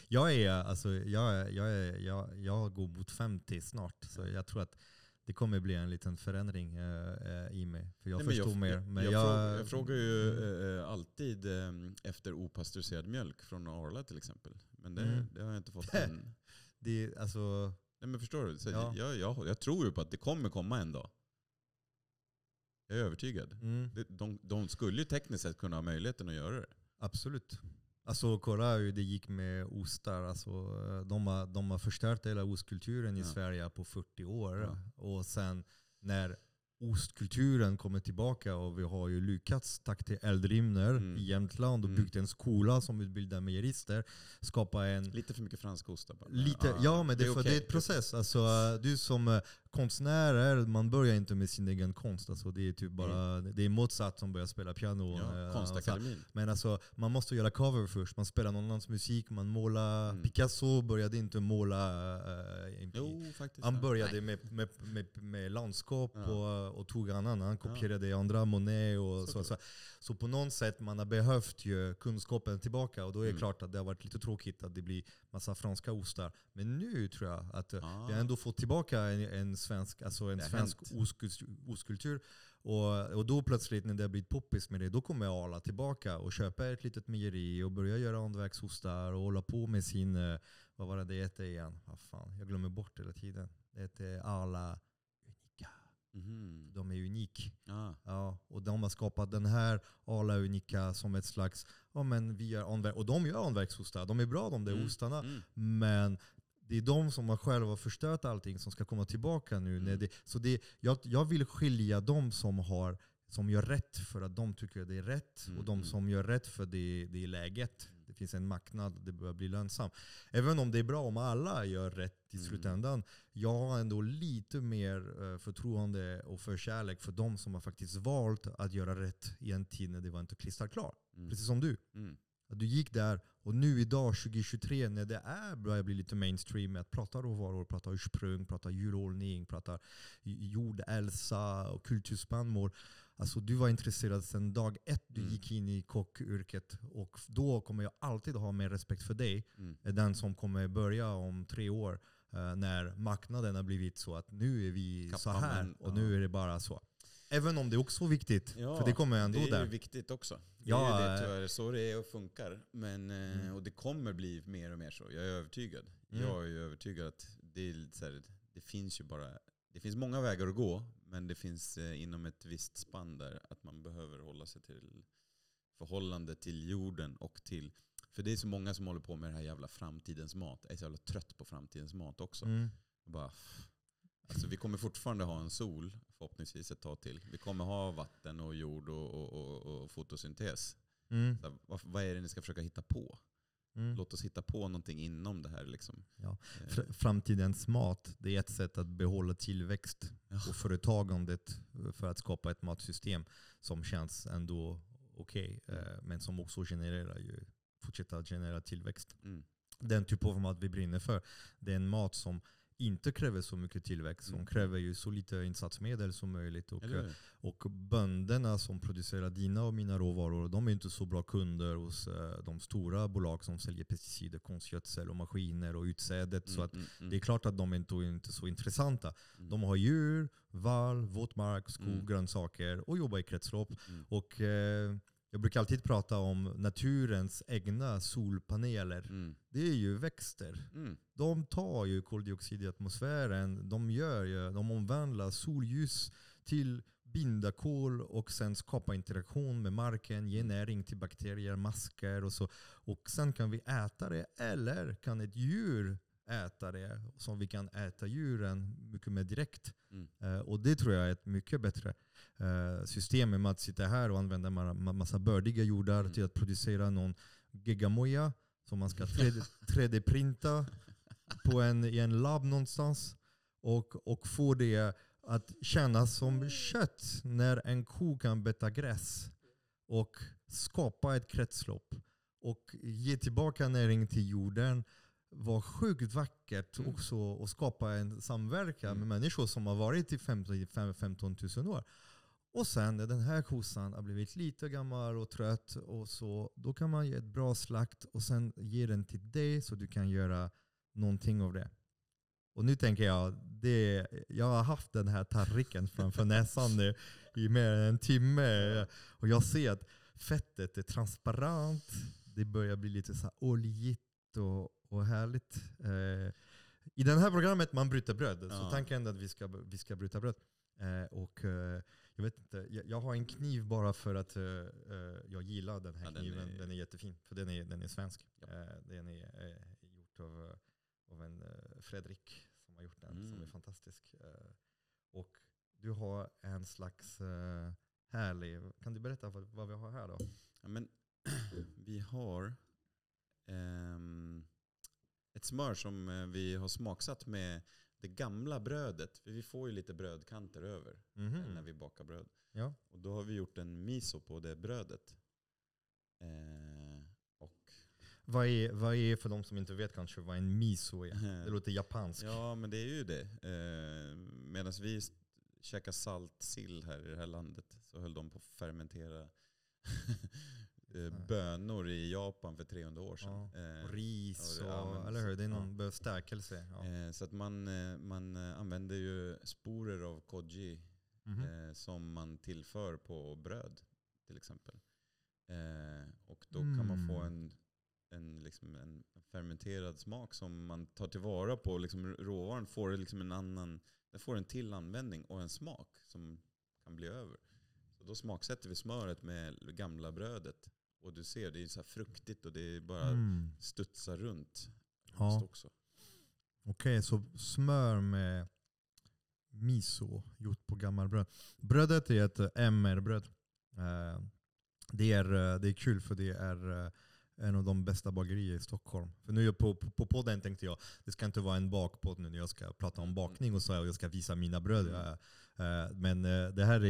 Jag går mot 50 snart, så jag tror att det kommer bli en liten förändring i mig. För jag förstår mer. Men jag frågar ju alltid efter opastöriserad mjölk från Arla till exempel. Men det har jag inte fått än. Nej, men förstår du? Så jag tror ju på att det kommer komma en dag. Jag är övertygad. De skulle ju tekniskt sett kunna ha möjligheten att göra det. Absolut. Alltså kolla hur det gick med ostar. Alltså, de har förstört hela ostkulturen i Sverige på 40 år. Ja. Och sen när ostkulturen kommer tillbaka och vi har ju lyckats, tack till Eldrimner i Jämtland och byggt en skola som utbildar mejerister, skapa en... Lite för mycket franska ostar bara. Men det är ett process. Alltså, du som konstnärer, man börjar inte med sin egen konst. Alltså, det är typ bara, det är Mozart som börjar spela piano. Konstakademin. Men alltså, man måste göra cover först. Man spelar någon annans musik, man målar. Picasso började inte måla. Han började med landskap och tog annan. Han kopierade andra, Monet och så. Så på något sätt man har behövt ju kunskapen tillbaka. Och då är det klart att det har varit lite tråkigt att det blir massa franska ostar. Men nu tror jag att vi ändå får tillbaka en svensk ostkultur. Och då plötsligt när det har blivit poppis med det, då kommer Arla tillbaka och köpa ett litet mejeri och börja göra hantverksostar och hålla på med sin, vad var det heter igen? Jag glömmer bort hela tiden. Det heter Arla Unika. De är unik. Ja, och de har skapat den här Arla Unika som ett slags, vi gör och de gör hantverksostar. De är bra de där ostarna, men det är de som har själva förstört allting som ska komma tillbaka nu. Jag vill skilja de som gör rätt för att de tycker det är rätt och de som gör rätt för det är läget. Det finns en marknad, det börjar bli lönsamt. Även om det är bra om alla gör rätt i slutändan. Jag har ändå lite mer förtroende och förkärlek för de som har faktiskt valt att göra rätt i en tid när det var inte klisterklart. Precis som du. Du gick där och nu idag 2023 när det börjar bli lite mainstream med att prata råvaror, prata ursprung, prata djurhållning, prata jordälsa och kulturspannmål. Alltså du var intresserad sedan dag ett du gick in i kockyrket, och då kommer jag alltid ha mer respekt för dig än den som kommer börja om 3 år när marknaden har blivit så att nu är vi så här och nu är det bara så. Även om det är också viktigt, för det kommer ändå där. Det är ju viktigt också. Det är tyvärr så det är och funkar. Men, och det kommer bli mer och mer så. Jag är övertygad. Jag är övertygad att det finns ju bara... Det finns många vägar att gå, men det finns inom ett visst spann där att man behöver hålla sig till förhållande till jorden och till... För det är så många som håller på med det här jävla framtidens mat. Jag är så jävla trött på framtidens mat också. Alltså, vi kommer fortfarande ha en sol, förhoppningsvis ett tag till. Vi kommer ha vatten och jord och fotosyntes. Så, vad är det ni ska försöka hitta på? Låt oss hitta på någonting inom det här. Liksom. Ja. Framtidens mat, det är ett sätt att behålla tillväxt och företagandet för att skapa ett matsystem som känns ändå okej, men som också fortsätter att generera tillväxt. Den typ av mat vi brinner för, det är en mat som inte kräver så mycket tillväxt, som kräver ju så lite insatsmedel som möjligt. Och bönderna som producerar dina och mina råvaror, de är inte så bra kunder hos de stora bolag som säljer pesticider, konstgödsel och maskiner och utsädet. Så att det är klart att de inte är så intressanta. De har djur, vall, våtmark, skog, grönsaker och jobbar i kretslopp. Och jag brukar alltid prata om naturens egna solpaneler. Det är ju växter. De tar ju koldioxid i atmosfären. De omvandlar solljus till binda kol och sen skapa interaktion med marken, ge näring till bakterier, maskar och så. Och sen kan vi äta det, eller kan ett djur äta det, som vi kan äta djuren mycket mer direkt. Och det tror jag är ett mycket bättre system med att sitta här och använda massa bördiga jordar till att producera någon gigamoja som man ska 3D-printa i en labb någonstans och få det att kännas som kött när en ko kan beta gräs och skapa ett kretslopp och ge tillbaka näring till jorden. Var sjukt vackert också att skapa en samverkan med människor som har varit i 15 000 år. Och sen när den här kossan har blivit lite gammal och trött och så, då kan man ge ett bra slakt och sen ge den till dig så du kan göra någonting av det. Och nu tänker jag har haft den här tallriken framför näsan nu i mer än en timme och jag ser att fettet är transparent, det börjar bli lite så här oljigt och härligt. I det här programmet man bryter bröd, så tanken är att vi ska bryta bröd. Jag vet inte, jag har en kniv bara för att jag gillar den här kniven. Den är jättefin, för den är svensk. Den är gjort av en Fredrik som har gjort den, som är fantastisk. Och du har en slags härlig... Kan du berätta vad vi har här då? Ja, men vi har ett smör som vi har smaksatt med det gamla brödet. För vi får ju lite brödkanter över när vi bakar bröd. Ja. Och då har vi gjort en miso på det brödet. Vad är, för de som inte vet kanske, vad en miso är? Det låter japanskt. Ja, men det är ju det. Medan vi käkar saltsill här i det här landet så höll de på att fermentera bönor i Japan för 300 år sedan. Och ris eller hur? Det är någon stärkelse. Ja. Så att man använder ju sporer av koji som man tillför på bröd till exempel. Och då kan man få en fermenterad smak som man tar tillvara på. Liksom råvaran får liksom den får en till användning och en smak som kan bli över. Så då smaksätter vi smöret med gamla brödet. Och du ser, det är så här fruktigt och det är bara studsar runt. Ja. Okej, så smör med miso gjort på gammal bröd. Brödet är ett MR-bröd. Det är kul för det är en av de bästa bagerier i Stockholm. För nu på podden tänkte jag, det ska inte vara en bakpodd nu när jag ska prata om bakning och så, och jag ska visa mina bröd. Men det här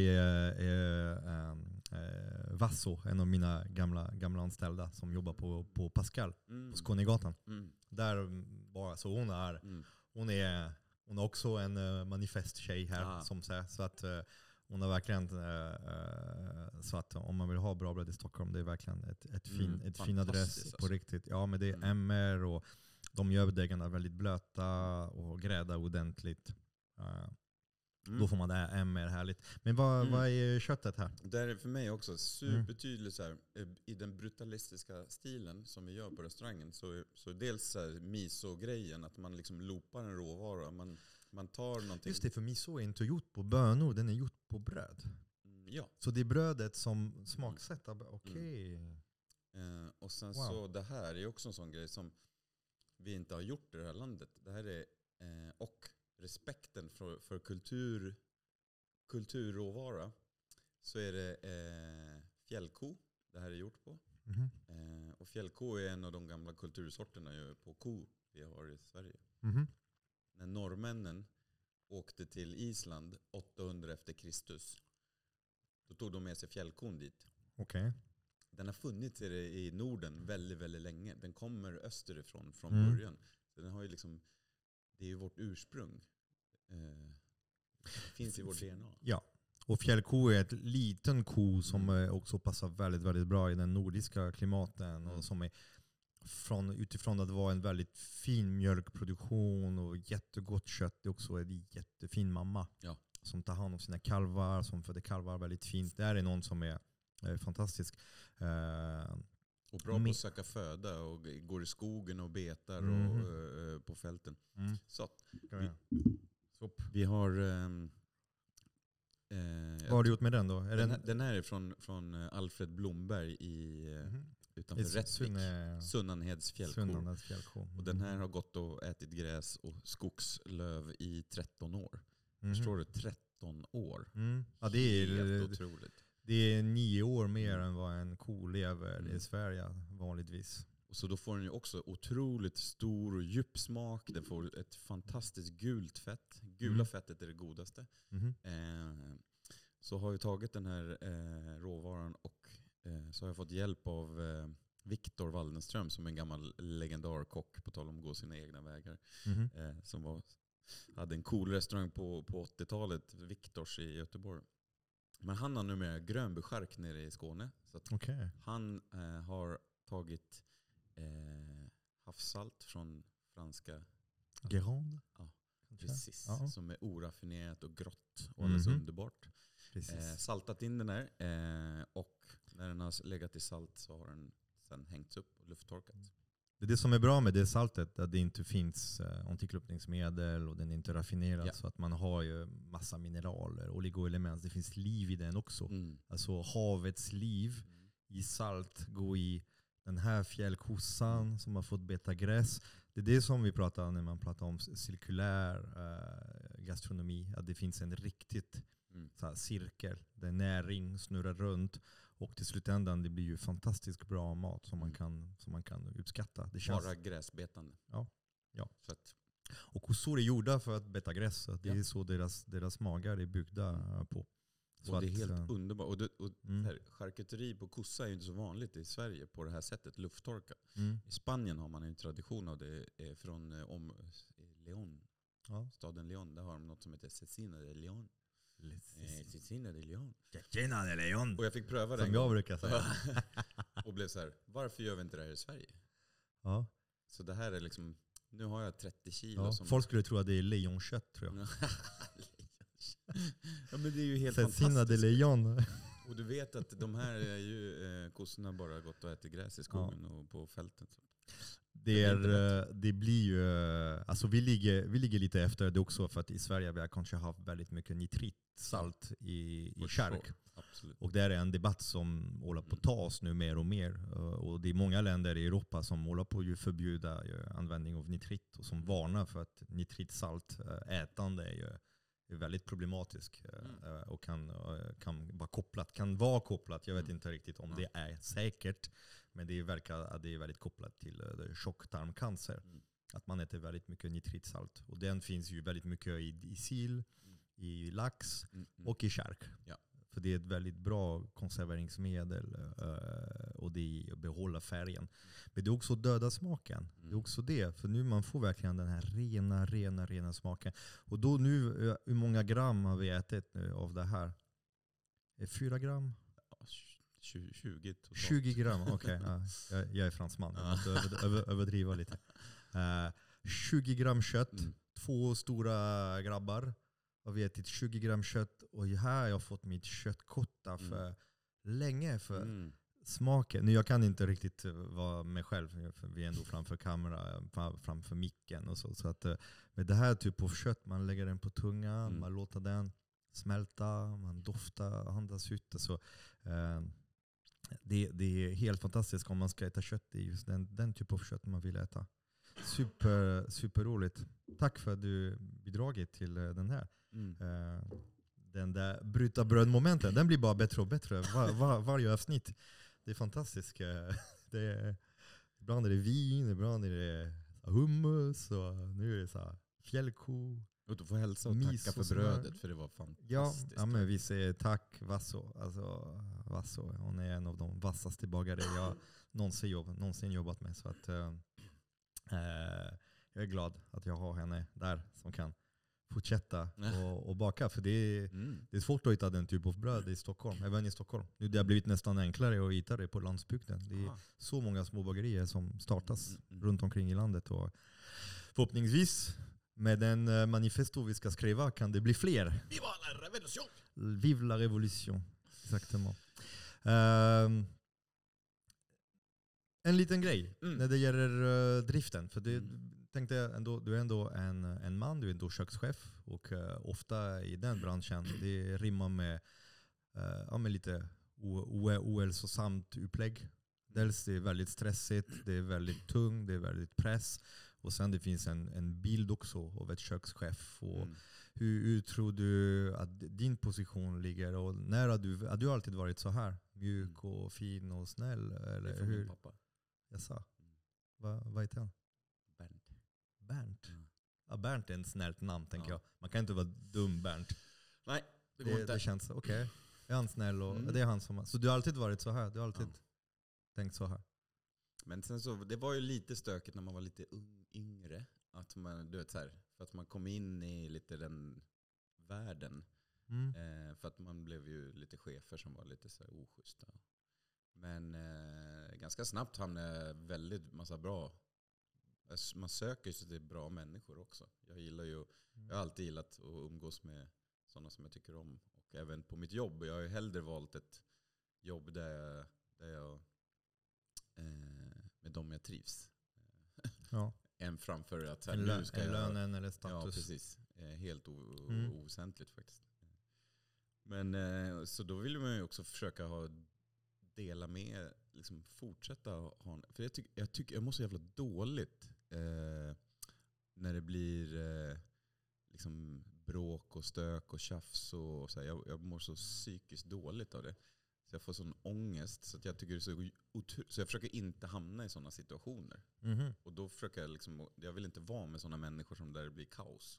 är Vasso, en av mina gamla anställda som jobbar på Pascal på Skånegatan. Där bara, så hon är också en manifesttjej här som säger, så att hon har verkligen så att om man vill ha bra bröd i Stockholm, det är verkligen ett fin adress på riktigt. Ja, men det är MR och de gör degarna väldigt blöta och grädda ordentligt. Då får man det här MR härligt. Men vad är köttet här? Det är för mig också supertydligt så här, i den brutalistiska stilen som vi gör på restaurangen, så dels så här miso-grejen, att man liksom loopar en råvara, man tar någonting. Just det, för miso är inte gjort på bönor, den är gjort på bröd. Ja. Så det är brödet som smaksätter. Okej. Och sen så det här är också en sån grej som vi inte har gjort i det här landet. Det här är och respekten för kulturråvara, så är det fjällko det här är gjort på. Och fjällko är en av de gamla kultursorterna på ko vi har i Sverige. När norrmännen åkte till Island 800 efter Kristus, då tog de med sig fjällkon dit. Okay. Den har funnits i Norden väldigt, väldigt länge. Den kommer österifrån från början. Så den har ju liksom det är ju vårt ursprung. Finns i vårt DNA. Ja, och fjällko är ett liten ko som också passar väldigt, väldigt bra i den nordiska klimaten. Och som är utifrån att vara en väldigt fin mjölkproduktion och jättegott kött. Det är också en jättefin mamma som tar hand om sina kalvar, som föder kalvar väldigt fint. Det här är någon som är fantastisk. Och bra på att söka föda och går i skogen och betar och på fälten. Så vi har... vad har du gjort med den då? Den här är från Alfred Blomberg utanför Rättvik. Sunnanheds fjällko. Och den här har gått och ätit gräs och skogslöv i 13 år. Förstår du? 13 år. Ja, det är helt otroligt. Det är 9 år mer än vad en ko lever i Sverige vanligtvis. Och så då får den ju också otroligt stor och djup smak. Den får ett fantastiskt gult fett. Gula fettet är det godaste. Så har jag tagit den här råvaran och så har jag fått hjälp av Viktor Waldenström som är en gammal legendarkock på tal om att gå sina egna vägar. Som hade en cool restaurang på 80-talet, Viktors i Göteborg. Men han har numera grönbeskärk nere i Skåne. Så att han har tagit havssalt från franska Gironde. Ja, precis. Som är oraffinerat och grått och alldeles underbart. Saltat in den här och när den har legat i salt så har den sen hängts upp och lufttorkat. Det som är bra med det saltet är att det inte finns antiklumpningsmedel och den är inte raffinerad så att man har ju massa mineraler, oligoelement, det finns liv i den också. Alltså havets liv i salt går i den här fjällkossan som har fått beta gräs. Det är det som vi pratar om när man pratar om cirkulär gastronomi, att det finns en riktigt så här, cirkel där näring snurrar runt. Och till slutändan det blir ju fantastiskt bra mat som man kan uppskatta. Det känns... Bara gräsbetande. Ja. Så att... Och kossor är gjorda för att beta gräs. Det är så deras magar är byggda på. Så och det är helt underbart. Och charkuteri på kossa är ju inte så vanligt i Sverige på det här sättet, lufttorka. I Spanien har man en tradition av det från León. Staden León, där har de något som heter Cecina de León. Cecina de León. Cecina de León. Och jag fick pröva det. Som jag brukar säga. Och blev så här, varför gör vi inte det här i Sverige? Ja. Så det här är liksom, nu har jag 30 kilo. Ja, folk skulle tro att det är lejonkött tror jag. Ja, men det är ju helt Cecina de León. Och du vet att de här är ju kossorna bara gått och ätit gräs i skogen och på fälten. Det blir ju, alltså vi ligger lite efter det också för att i Sverige vi har kanske haft väldigt mycket nitritsalt i kärk. Och det är en debatt som håller på att tas nu mer och mer. Och det är många länder i Europa som håller på att förbjuda användning av nitrit och som varnar för att nitritsalt ätande är väldigt problematisk och kan vara kopplat. Jag vet inte riktigt om det är säkert, men det verkar att det är väldigt kopplat till tjocktarmcancer. Att man äter väldigt mycket nitritsalt. Och den finns ju väldigt mycket i sill, i lax och i kärk. Ja. För det är ett väldigt bra konserveringsmedel och det behåller färgen. Men det är också döda smaken. Det är också det. För nu man får verkligen den här rena smaken. Och då nu, hur många gram har vi ätit nu av det här? 4 gram? 20 totalt. 20 gram, okej. Jag är fransman. Jag måste överdriva lite. 20 gram kött. 2 stora grabbar. Och vi har ätit 20 gram kött. Och här har jag fått mitt köttkotta för länge. För smaken. Nu jag kan inte riktigt vara mig själv. För vi är ändå framför kamera. Framför micken och så. Så att med det här typ av kött. Man lägger den på tungan. Man låter den smälta. Man doftar. Andas ut. Så, det är helt fantastiskt om man ska äta kött. Det är just den typ av kött man vill äta. Super roligt. Tack för att du bidragit till den här. Den där bryta brödmomenten, den blir bara bättre och bättre varje avsnitt. Det är fantastiskt. Ibland är det vin, ibland är det hummus och nu är det så här fjällko. Och du får hälsa och tacka för brödet för det var fantastiskt. Ja, men vi säger tack Vasso. Alltså, Vasso, hon är en av de vassaste bagare jag någonsin jobbat med. Så att, jag är glad att jag har henne där som kan fortsätta och baka. För det är svårt att hitta den typ av bröd i Stockholm, även i Stockholm. Nu det har blivit nästan enklare att hitta det på landsbygden. Det är så många små bagerier som startas runt omkring i landet. Och förhoppningsvis med den manifesto vi ska skriva kan det bli fler. Viva la revolution! Vive la revolution, exactement. En liten grej när det gäller driften. För det tänkte jag ändå, du är ändå en man, du är ändå kökschef. Och ofta i den branschen, det rimmar med lite ohälsosamt upplägg. Dels det är väldigt stressigt, det är väldigt tungt, det är väldigt press. Och sen det finns en bild också av ett kökschef. Och hur tror du att din position ligger? Och när har du alltid varit så här? Mjuk och fin och snäll? Eller det är hur? min pappa. Jag sa. Vad heter han? Bernt? Ja, Bernt är en snällt namn, tänker jag. Man kan inte vara dum, Bernt. Nej, det går inte. Det känns okej. Är han snäll? Och det är han som... Så du har alltid varit så här? Du har alltid tänkt så här? Men sen så, det var ju lite stökigt när man var lite yngre. Att man, du vet så här, för att man kom in i lite den världen. För att man blev ju lite chefer som var lite så här oschyssta. Men ganska snabbt hamnade väldigt massa bra. Man söker sig till bra människor också. Jag har alltid gillat att umgås med sådana som jag tycker om. Och även på mitt jobb. Jag har ju hellre valt ett jobb där jag med dem jag trivs. Ja. Än framför att här, nu ska jag... lönen eller status. Ja, precis. Helt oväsentligt faktiskt. Men så då vill man ju också försöka dela med, liksom fortsätta ha. För jag mår så jävla dåligt när det blir liksom bråk och stök och tjafs och så här. Jag mår så psykiskt dåligt av det. Så jag får sån ångest så att jag tycker det är så jag försöker inte hamna i sådana situationer. Och då försöker jag liksom, jag vill inte vara med sådana människor som där det blir kaos.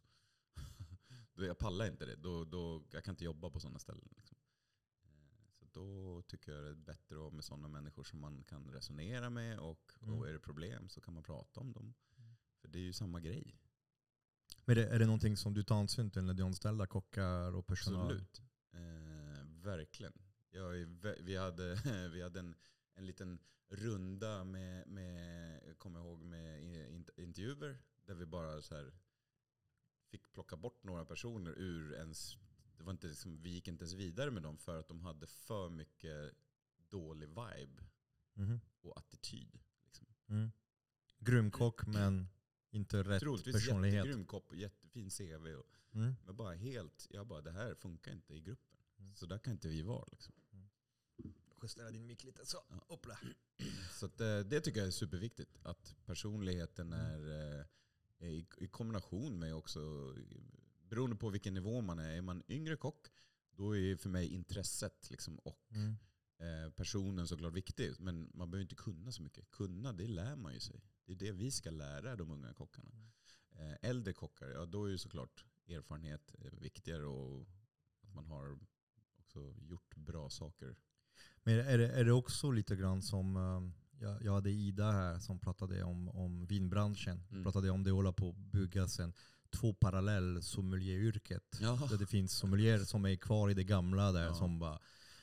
Jag pallar inte det. Jag kan inte jobba på sådana ställen liksom. Så då tycker jag det är bättre att vara med sådana människor som man kan resonera med och är det problem så kan man prata om dem. För det är ju samma grej. Men är det någonting som du tar ansyn till när du anställer kockar och personal? Absolut. Verkligen. Vi hade en liten runda med kommer jag ihåg, med intervjuer där vi bara så här fick plocka bort några personer ur ens. Det var inte liksom, vi gick inte ens vidare med dem för att de hade för mycket dålig vibe och attityd. Liksom. Grym kock men inte rätt troligtvis personlighet. Jättegrym kock, jättefin CV. Men bara det här funkar inte i gruppen. Så där kan inte vi vara. Liksom. Justera din mick lite så. Ja. Så att, det tycker jag är superviktigt. Att personligheten är i kombination med också, beroende på vilken nivå man är. Är man yngre kock, då är för mig intresset liksom, och personen såklart viktig. Men man behöver inte kunna så mycket. Det lär man ju sig. Det är det vi ska lära de unga kockarna. Äldre kockar, ja, då är ju såklart erfarenhet viktigare och att man har också gjort bra saker. Men är det också lite grann som jag hade Ida här som pratade om vinbranschen. Pratade om det håller på att byggas en 2 parallell sommelieryrket. Ja. Där det finns sommelier som är kvar i det gamla där som bara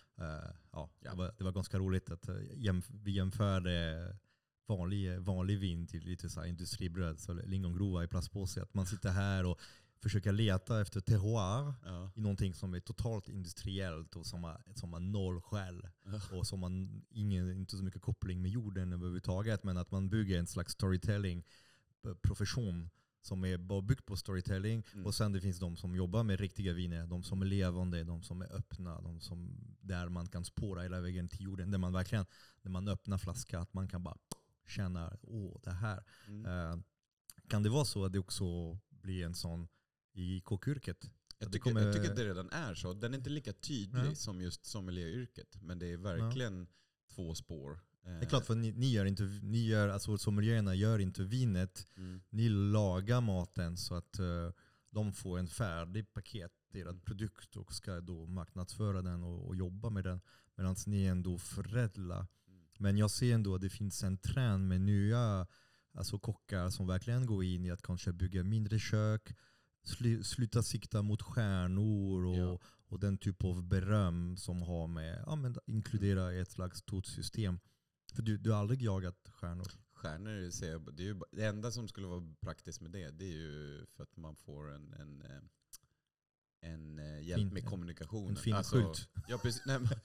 det var ganska roligt att vi jämförde vanlig vin till lite så här industribröd, så lingongrova i plastpåse. Att man sitter här och försöker leta efter terroir i någonting som är totalt industriellt och som har noll själ och som man inte så mycket koppling med jorden överhuvudtaget, men att man bygger en slags storytelling-profession som är bara byggt på storytelling. Och sen det finns de som jobbar med riktiga viner, de som är levande, de som är öppna, de som där man kan spåra hela vägen till jorden, där man verkligen, när man öppnar flaska, att man kan bara känna, det här. Kan det vara så att det också blir en sån i kockyrket? Jag tycker att det redan är så. Den är inte lika tydlig som just sommelieryrket, men det är verkligen 2 spår. Det är klart, för ni gör alltså sommelierna gör inte vinet. Ni lagar maten så att de får en färdig paketerad produkt och ska då marknadsföra den och jobba med den, medan ni ändå förädlar. Men jag ser ändå att det finns en trend med nya alltså kockar som verkligen går in i att kanske bygga mindre kök, sluta sikta mot stjärnor och den typ av beröm som har med inkludera ett slags stort system. För du har aldrig jagat stjärnor? Stjärnor, det är ju det enda som skulle vara praktiskt med det är ju för att man får en hjälp med kommunikation. En fin skylt. Ja, precis.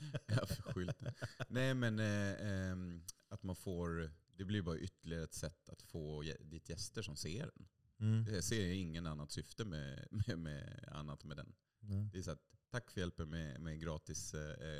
Nej, men att man får, det blir bara ytterligare ett sätt att få ditt gäster som ser den. Jag ser ingen annat syfte med annat med den. Det är så att, tack för hjälpen med gratis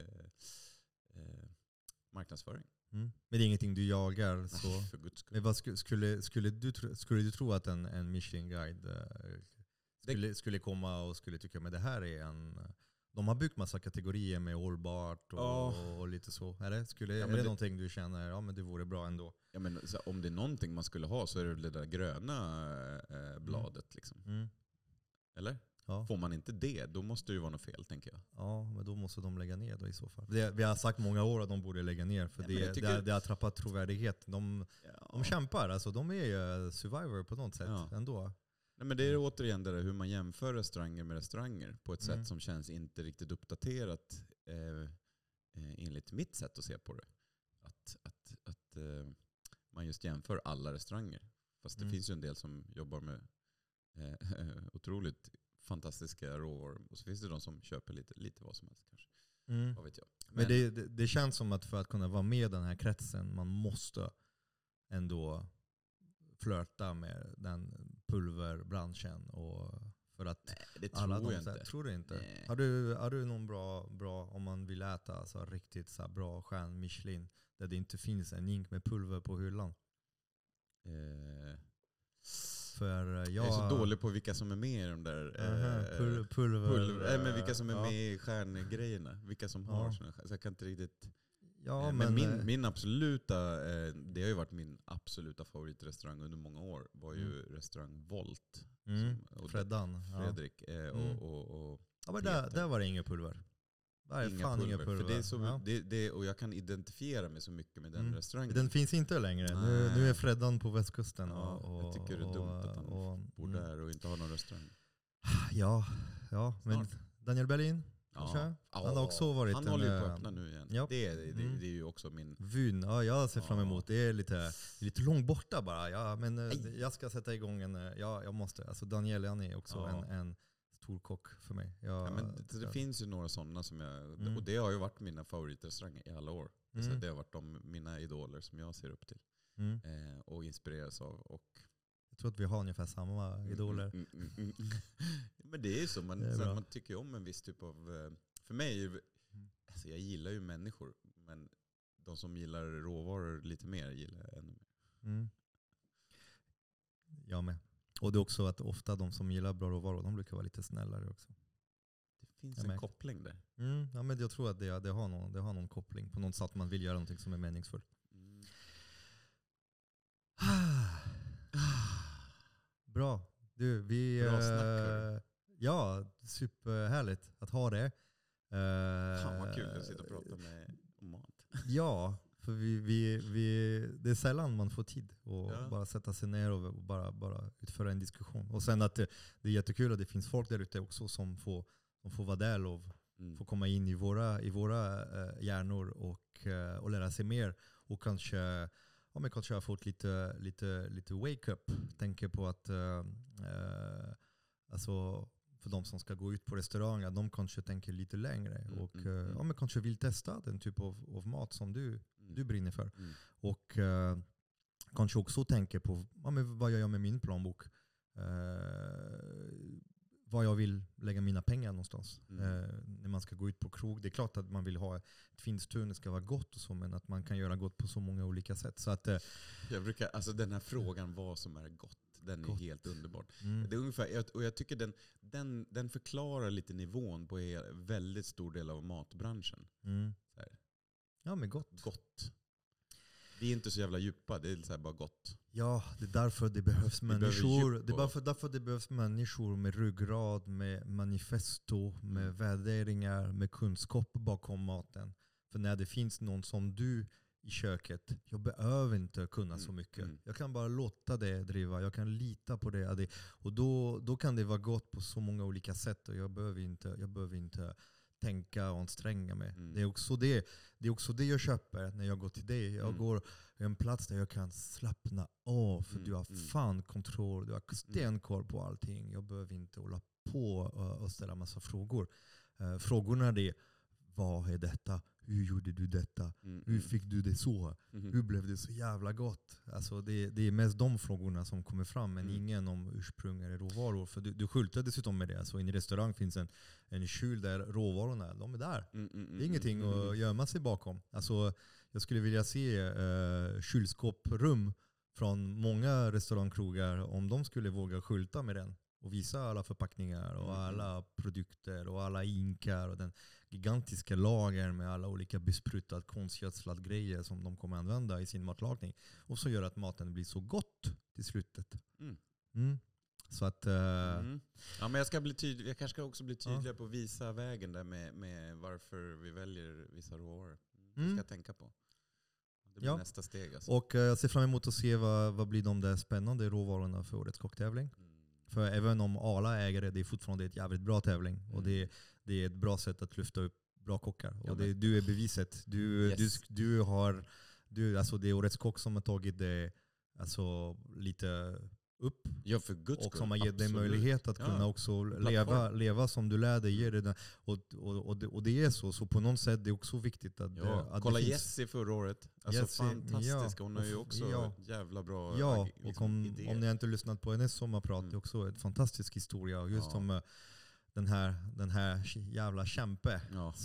marknadsföring. Men det är ingenting du jagar. Så. För Guds skull. Men vad skulle du tro att en Michelin-guide skulle komma och skulle tycka men det här är de har byggt massa kategorier med hållbart och lite så. Är det någonting du känner men det vore bra ändå? Ja, men så om det är någonting man skulle ha så är det där gröna bladet liksom. Eller? Ja. Får man inte det, då måste det ju vara något fel, tänker jag. Ja, men då måste de lägga ner då i så fall. Vi har sagt många år att de borde lägga ner, för det har tappat trovärdighet. De kämpar, alltså de är ju survivor på något sätt ändå. Nej, men det är återigen det där hur man jämför restauranger med restauranger på ett sätt som känns inte riktigt uppdaterat enligt mitt sätt att se på det. Att man just jämför alla restauranger. Fast det finns ju en del som jobbar med otroligt fantastiska råvaror. Och så finns det de som köper lite vad som helst kanske. Vad vet jag. Men det känns som att för att kunna vara med i den här kretsen, man måste ändå flörta med den pulverbranschen. Och för att nej, det tror jag inte. Tror du inte? Nej. Har du någon bra om man vill äta alltså riktigt så bra stjärn Michelin där det inte finns en ink med pulver på hyllan? För jag är så dålig på vilka som är med i de där pulver. Men vilka som är med i stjärngrejerna. Vilka som har såna, så jag kan inte riktigt. Ja, men min absoluta, det har ju varit min absoluta favoritrestaurang under många år, var ju restaurang Volt. Fredrik. Men där var det inga pulver. Inga pulver. För det är så, och jag kan identifiera mig så mycket med den restaurangen. Den finns inte längre. Nu är Freddan på västkusten. Jag tycker det är dumt att han bor där och inte har någon restaurang. Ja, men Daniel Berlin kanske? Han har också varit. Han håller ju på att öppna nu igen. Ja. Det är ju också min vyn. Ja, jag ser fram emot. Det är lite långt borta bara. Ja, men jag ska sätta igång jag måste. Alltså Daniel, han är också en stor kock för mig. Det finns ju några sådana som och det har ju varit mina favoritrestauranger i alla år. Så det har varit mina idoler som jag ser upp till och inspireras av. Och jag tror att vi har ungefär samma idoler. Men det är ju så, man tycker ju om en viss typ av. För mig, alltså jag gillar ju människor, men de som gillar råvaror lite mer gillar jag ännu mer. Jag med. Och det är också att ofta de som gillar bra råvaror, de brukar vara lite snällare också. Det finns en koppling där. Ja, men jag tror att det har någon koppling på något sätt att man vill göra någonting som är meningsfullt. Bra. Du, bra snack. Ja, superhärligt att ha det. Fan vad kul att sitta och prata om mat. Ja, för det är sällan man får tid att bara sätta sig ner och bara utföra en diskussion. Och sen att det är jättekul att det finns folk där ute också som får vara del av, får komma in i våra hjärnor och lära sig mer. Och kanske har fått lite wake-up. Tänker på att alltså för de som ska gå ut på restauranger, de kanske tänker lite längre och men kanske vill testa den typ av mat som du brinner för. Och kanske också tänker på vad jag gör med min plånbok. Vad jag vill lägga mina pengar någonstans. När man ska gå ut på krog. Det är klart att man vill ha ett fint stund, det ska vara gott och så, men att man kan göra gott på så många olika sätt. Så att, alltså den här frågan, vad som är gott, den är helt underbart. Det är ungefär, och jag tycker den förklarar lite nivån på en väldigt stor del av matbranschen. Så här. Ja, men gott. Vi är inte så jävla djupa, det är så här bara gott. Ja, det är därför det behövs människor. Det är därför det behövs människor med ryggrad, med manifesto, med värderingar, med kunskap bakom maten. För när det finns någon som du i köket. Jag behöver inte kunna så mycket. Jag kan bara låta det driva. Jag kan lita på det. Och då kan det vara gott på så många olika sätt. Och jag behöver inte tänka och anstränga mig. Det är också det jag köper när jag går till dig. Jag går till en plats där jag kan slappna av. För du har fan kontroll. Du har stenkoll på allting. Jag behöver inte hålla på och ställa massa frågor. Frågorna är: vad är detta? Hur gjorde du detta? Hur fick du det så? Hur blev det så jävla gott? Alltså det är mest de frågorna som kommer fram, men ingen om ursprung eller råvaror. För du skyltar dessutom med det. Alltså, i en restaurang finns en kyl där råvarorna, de är där. Det är ingenting att gömma sig bakom. Alltså, jag skulle vilja se kylskåprum från många restaurangkrogar om de skulle våga skylta med den. Och visa alla förpackningar och alla produkter och alla inkar och den gigantiska lager med alla olika besprutat konstgödslad grejer som de kommer använda i sin matlagning. Och så gör att maten blir så gott till slutet. Så att... Ja, men jag kanske ska också bli tydligare på att visa vägen där med varför vi väljer vissa råvaror. Det ska jag tänka på. Det blir nästa steg. Alltså. Och jag ser fram emot att se vad blir de där spännande råvarorna för årets kocktävling. För även om alla ägare, det är fortfarande ett jävligt bra tävling. Och det är ett bra sätt att lyfta upp bra kockar. Och du är beviset. Alltså det är årets kock som har tagit det alltså, lite upp. Ja, för Guds och som har gett dig möjlighet att kunna också leva som du lär dig. Och det är så. Så på något sätt det är också viktigt att... att kolla Jessie förra året. Alltså fantastisk. Hon har ju också jävla bra och om ni inte lyssnat på hennes sommarprat, det är också en fantastisk historia. Just om den här jävla kämpe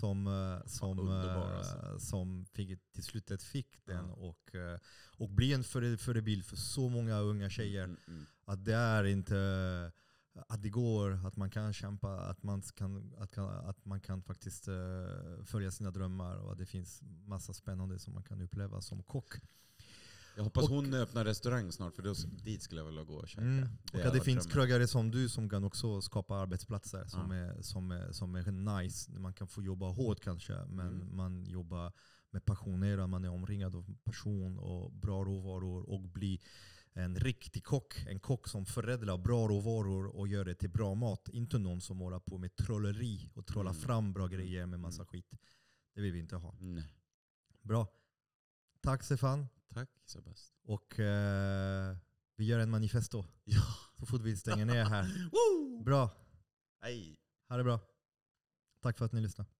som till slutet fick den och blir en förebild för så många unga tjejer. Att det är inte att det går, att man kan kämpa, att man kan faktiskt följa sina drömmar och att det finns massa spännande som man kan uppleva som kock. Jag hoppas hon öppnar restaurang snart, för dit skulle jag vilja gå och käka. Och att det finns krögare som du som kan också skapa arbetsplatser som är nice. Man kan få jobba hårt kanske, men man jobbar med passionerad, man är omringad av passion och bra råvaror och bli en riktig kock. En kock som förädlar bra råvaror och gör det till bra mat. Inte någon som håller på med trolleri och trollar fram bra grejer med massa skit. Det vill vi inte ha. Bra. Tack Stefan. Tack Sebastian. Och vi gör en manifesto. Så fort vi stänger ner här. Bra. Hej. Ha det bra. Tack för att ni lyssnade.